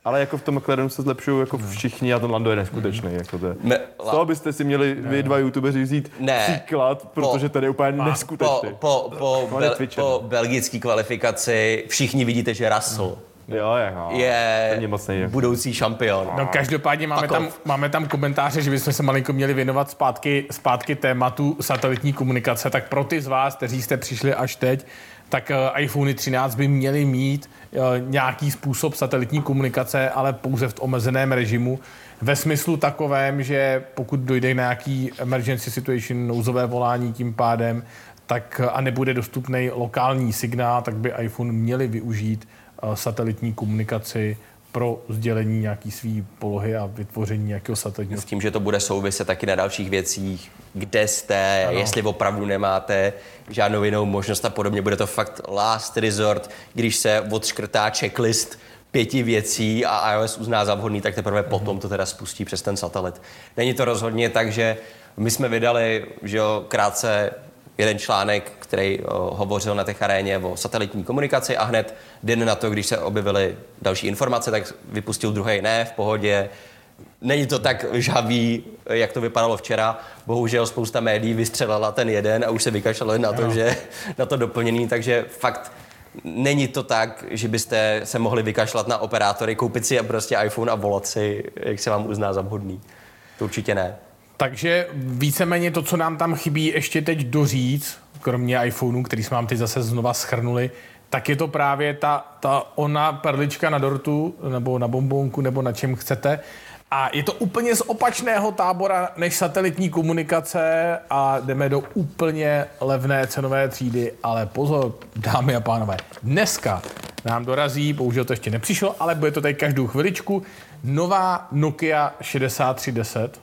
[SPEAKER 2] Ale jako v tom McLarenu se zlepšují jako všichni a ten Lando je neskutečný.
[SPEAKER 1] Mm.
[SPEAKER 2] Jako to je.
[SPEAKER 1] Me,
[SPEAKER 2] Z toho byste si měli vy dva youtubeři vzít
[SPEAKER 1] ne.
[SPEAKER 2] příklad, protože ten je úplně neskutečný.
[SPEAKER 1] Po, po, po, bel, po belgické kvalifikaci všichni vidíte, že Russell
[SPEAKER 2] jo, jako,
[SPEAKER 1] je
[SPEAKER 2] mocný,
[SPEAKER 1] budoucí šampion.
[SPEAKER 3] No každopádně máme tam, máme tam komentáře, že bychom se malinko měli věnovat zpátky, zpátky tématu satelitní komunikace, tak pro ty z vás, kteří jste přišli až teď, tak uh, iPhone třináct by měly mít uh, nějaký způsob satelitní komunikace, ale pouze v omezeném režimu. Ve smyslu takovém, že pokud dojde k nějaký emergency situation, nouzové volání tím pádem, tak a nebude dostupný lokální signál, tak by iPhone měli využít uh, satelitní komunikaci pro sdělení nějaký svý polohy a vytvoření nějakého satelitního.
[SPEAKER 1] S tím, že to bude souviset taky na dalších věcích, kde jste, ano. Jestli opravdu nemáte žádnou jinou možnost a podobně. Bude to fakt last resort, když se odškrtá checklist pěti věcí a iOS uzná za vhodný, tak teprve mm. potom to teda spustí přes ten satelit. Není to rozhodně tak, že my jsme vydali, že jo, krátce jeden článek, který o, hovořil na Tech Aréně o satelitní komunikaci a hned den na to, když se objevily další informace, tak vypustil druhý ne, v pohodě. Není to tak žhavý, jak to vypadalo včera. Bohužel spousta médií vystřelala ten jeden a už se vykašlali na to, že na to doplněný, takže fakt není to tak, že byste se mohli vykašlat na operátory, koupit si prostě iPhone a volat si, jak se vám uzná za vhodný. To určitě ne.
[SPEAKER 3] Takže víceméně to, co nám tam chybí ještě teď doříct, kromě iPhoneu, který jsme vám teď zase znova schrnuli, tak je to právě ta, ta ona perlička na dortu, nebo na bombonku, nebo na čem chcete. A je to úplně z opačného tábora než satelitní komunikace a jdeme do úplně levné cenové třídy. Ale pozor, dámy a pánové, dneska nám dorazí, bohužel to ještě nepřišlo, ale bude to tady každou chviličku, nová Nokia šedesát tři deset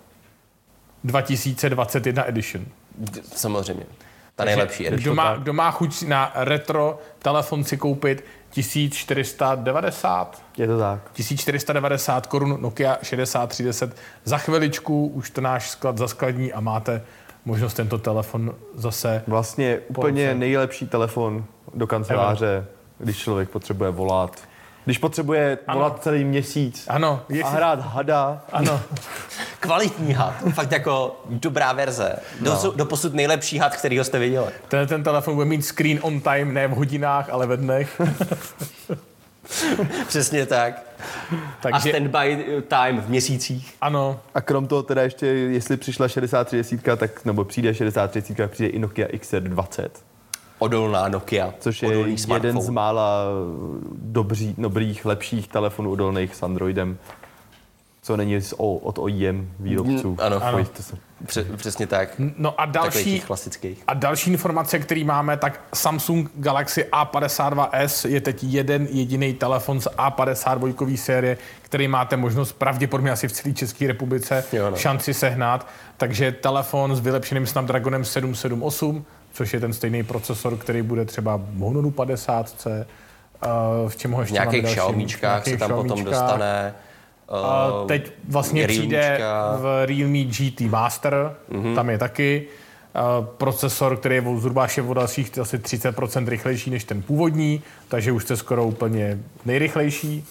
[SPEAKER 3] dva tisíce dvacet jedna edition.
[SPEAKER 1] Samozřejmě. Ta nejlepší edition.
[SPEAKER 3] Kdo má, kdo má chuť na retro telefon si koupit, tisíc čtyři sta devadesát.
[SPEAKER 2] Je to tak.
[SPEAKER 3] tisíc čtyři sta devadesát korun Nokia šedesát tři deset. Za chviličku už to náš sklad zaskladní a máte možnost tento telefon zase...
[SPEAKER 2] Vlastně úplně polce. Nejlepší telefon do kanceláře, když člověk potřebuje volat. Když potřebuje ano. volat celý měsíc
[SPEAKER 3] ano,
[SPEAKER 2] a hrát hada.
[SPEAKER 3] Ano.
[SPEAKER 1] Kvalitní had, fakt jako dobrá verze. Do, no. do posud nejlepší had, kterýho jste viděli.
[SPEAKER 3] Ten, ten telefon bude mít screen on time, ne v hodinách, ale ve dnech.
[SPEAKER 1] Přesně tak. Takže... A standby time v měsících.
[SPEAKER 3] Ano.
[SPEAKER 2] A krom toho teda ještě, jestli přišla šedesát tři deset, tak, nebo přijde šedesát tři deset, přijde i Nokia X R dvacet.
[SPEAKER 1] Odolná Nokia.
[SPEAKER 2] Což je jeden smartphone. Z mála dobří, dobrých, lepších telefonů odolných s Androidem. Co není od O E M výrobců.
[SPEAKER 1] Ano, ano. Pře- přesně tak.
[SPEAKER 3] No a další,
[SPEAKER 1] klasických.
[SPEAKER 3] a další informace, který máme, tak Samsung Galaxy A padesát dva S je teď jeden jediný telefon z A padesát dva série, který máte možnost pravděpodobně asi v celé České republice jo, no. šanci sehnat. Takže telefon s vylepšeným Snapdragonem sedm set sedmdesát osm, což je ten stejný procesor, který bude třeba v Honoru padesát C. V čem ho ještě
[SPEAKER 1] v nějakých Xiaomičkách se tam potom dostane.
[SPEAKER 3] A teď vlastně přijde v Realme G T Master, mm-hmm. tam je taky uh, procesor, který je zhruba ještě o dalších asi třicet procent rychlejší než ten původní, takže už jste skoro úplně nejrychlejší.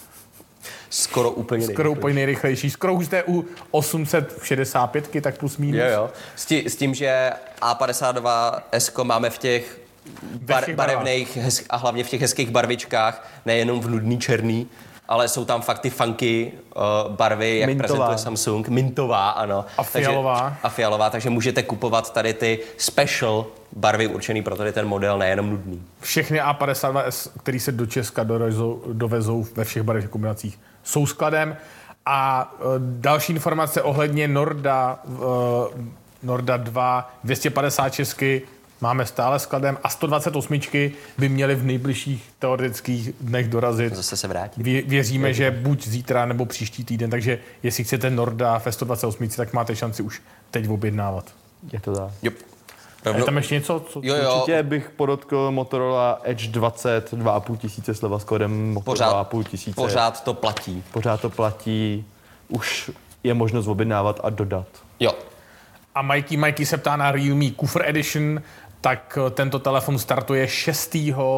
[SPEAKER 1] Skoro úplně nejrychlejší.
[SPEAKER 3] Skoro úplně nejrychlejší. Skoro už jste u osm set šedesát pět, tak plus minus.
[SPEAKER 1] Jo, jo. S, tí, s tím, že A padesát dva S máme v těch bar, barevných hez, a hlavně v těch hezkých barvičkách, nejenom v nudný černý, ale jsou tam fakt ty funky uh, barvy, jak mintová. Prezentuje Samsung. Mintová, ano.
[SPEAKER 3] A fialová.
[SPEAKER 1] Takže, a fialová, takže můžete kupovat tady ty special barvy určený pro tady ten model, nejenom nudný.
[SPEAKER 3] Všechny A padesát dva S, který se do Česka dovezou, dovezou ve všech barevných kombinacích, jsou skladem. A uh, další informace ohledně Norda, uh, Norda dva, dvě stě padesát šest máme stále skladem a sto dvacet osm by měly v nejbližších teoretických dnech dorazit.
[SPEAKER 1] Zase se vrátí.
[SPEAKER 3] Vě, věříme, Věříme, že buď zítra nebo příští týden, takže jestli chcete Norda ve sto dvacet osm, tak máte šanci už teď objednávat.
[SPEAKER 2] Je to tak.
[SPEAKER 1] Jo.
[SPEAKER 3] Rovno... Je tam ještě něco? Co...
[SPEAKER 1] Jo, jo.
[SPEAKER 2] Určitě bych podotkl Motorola Edge dvacet, dva a půl tisíce sleva s kódem
[SPEAKER 1] pořád,
[SPEAKER 2] dva a půl tisíce.
[SPEAKER 1] Pořád to platí.
[SPEAKER 2] Pořád to platí. Už je možnost objednávat a dodat.
[SPEAKER 1] Jo.
[SPEAKER 3] A Mikey, Mikey se ptá na Realme Kufr Edition, tak tento telefon startuje šestého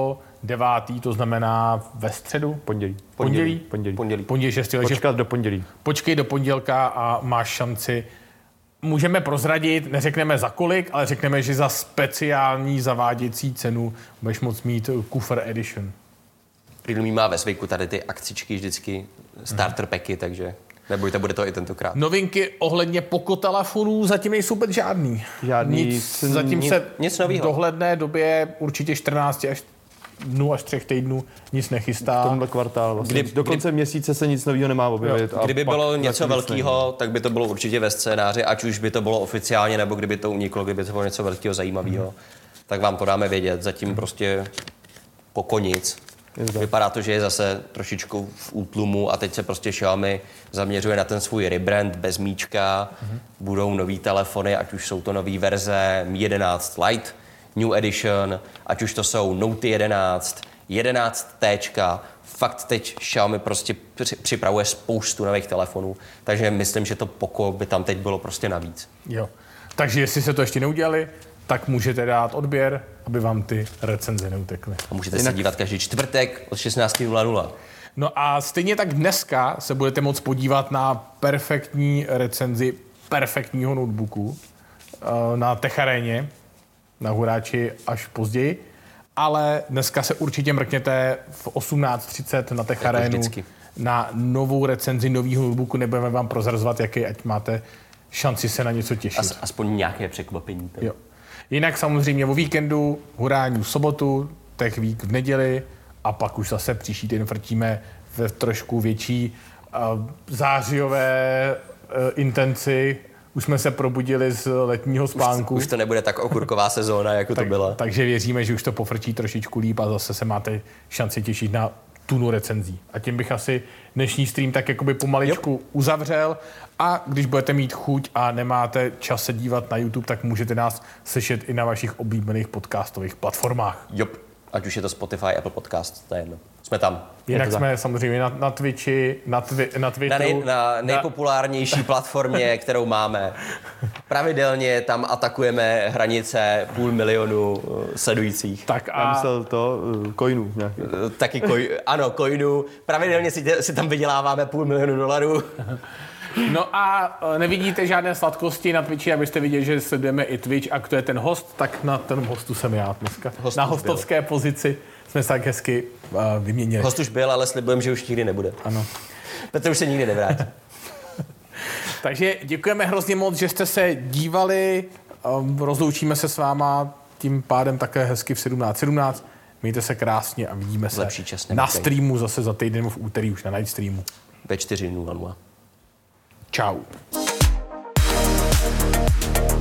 [SPEAKER 3] devátý, to znamená ve středu?
[SPEAKER 2] Pondělí.
[SPEAKER 3] Pondělí?
[SPEAKER 2] Pondělí.
[SPEAKER 1] Pondělí.
[SPEAKER 3] Pondělí šestý.
[SPEAKER 2] Počkat do pondělí.
[SPEAKER 3] Počkej do pondělka a máš šanci. Můžeme prozradit, neřekneme za kolik, ale řekneme, že za speciální zaváděcí cenu budeš moct mít kufr edition.
[SPEAKER 1] Realme má ve zvyku tady ty akcičky vždycky, starter packy, takže nebojte, bude to i tentokrát.
[SPEAKER 3] Novinky ohledně Poco telefonů zatím nejsou vůbec žádný.
[SPEAKER 2] Žádný,
[SPEAKER 3] Nic, zatím
[SPEAKER 1] nic-
[SPEAKER 3] se
[SPEAKER 1] nic
[SPEAKER 3] v
[SPEAKER 1] novýho.
[SPEAKER 3] dohledné době určitě čtrnáct až dnů až třech týdnů nic nechystá.
[SPEAKER 2] V tomhle kvartál. Vlastně.
[SPEAKER 1] Kdy-
[SPEAKER 2] do konce měsíce se nic nového nemá objevit. a
[SPEAKER 1] Kdyby
[SPEAKER 2] pak
[SPEAKER 1] bylo
[SPEAKER 2] taky
[SPEAKER 1] něco
[SPEAKER 2] nic
[SPEAKER 1] velkého, tak by to bylo určitě ve scénáři, ať už by to bylo oficiálně, nebo kdyby to uniklo, kdyby to bylo něco velkého, zajímavého, hmm. tak vám to dáme vědět. Zatím prostě Poco nic. Vypadá to, že je zase trošičku v útlumu a teď se prostě Xiaomi zaměřuje na ten svůj rebrand bez míčka. Hmm. Budou nový telefony, ať už jsou to nový verze Mi jedenáct Lite, New Edition, ať už to jsou Note jedenáct, jedenáct T. Fakt teď Xiaomi prostě při- připravuje spoustu nových telefonů, takže myslím, že to Poco by tam teď bylo prostě navíc.
[SPEAKER 3] Jo. Takže jestli se to ještě neudělali, tak můžete dát odběr, aby vám ty recenze neutekly.
[SPEAKER 1] A můžete Jinak... se dívat každý čtvrtek od šestnáct nula nula.
[SPEAKER 3] No a stejně tak dneska se budete moct podívat na perfektní recenzi perfektního notebooku eh, na Techaréně, na Huráči až později, ale dneska se určitě mrkněte v osmnáct třicet na Techarénu
[SPEAKER 1] vždycky.
[SPEAKER 3] na novou recenzi nového notebooku. Nebudeme vám prozrazovat, jaký, ať máte šanci se na něco těšit.
[SPEAKER 1] As, aspoň nějaké překvapení. Tam.
[SPEAKER 3] Jo. Jinak samozřejmě o víkendu, Hurání v sobotu, Tech Week v neděli a pak už zase příští týden vrtíme ve trošku větší uh, zářijové uh, intenci. Už jsme se probudili z letního spánku.
[SPEAKER 1] Už, už to nebude tak okurková sezóna, jako
[SPEAKER 3] tak,
[SPEAKER 1] to byla.
[SPEAKER 3] Takže věříme, že už to pofrčí trošičku líp a zase se máte šanci těšit na tunu recenzí. A tím bych asi dnešní stream tak jakoby pomaličku jo. uzavřel. A když budete mít chuť a nemáte čas se dívat na YouTube, tak můžete nás slyšet i na vašich oblíbených podcastových platformách.
[SPEAKER 1] Jo, ať už je to Spotify, Apple Podcast, to je jedno. Jsme tam.
[SPEAKER 3] Jinak jsme tak. samozřejmě na, na Twitchi, na, twi, na Twitteru.
[SPEAKER 1] Na, nej, na nejpopulárnější na... platformě, kterou máme. Pravidelně tam atakujeme hranice půl milionu uh, sledujících.
[SPEAKER 3] Tak a...
[SPEAKER 2] Já myslel to, uh, coinů nějaký.
[SPEAKER 1] Uh, taky koj, ano, coinů. Pravidelně si, si tam vyděláváme půl milionu dolarů.
[SPEAKER 3] No a nevidíte žádné sladkosti na Twitchi, abyste viděli, že sledujeme i Twitch a kdo je ten host, tak na ten hostu jsem já dneska. Host na hostovské byl. pozici jsme se tak hezky uh, vyměnili.
[SPEAKER 1] Host už byl, ale slibujem, že už nikdy nebude.
[SPEAKER 3] Ano.
[SPEAKER 1] Petr už se nikdy nevrátí.
[SPEAKER 3] Takže děkujeme hrozně moc, že jste se dívali. Um, rozloučíme se s váma tím pádem také hezky v sedmnáct sedmnáct. Mějte se krásně a vidíme se na streamu zase za týden v úterý už na night streamu.
[SPEAKER 1] Ve čtyři nula nula.
[SPEAKER 3] Čau.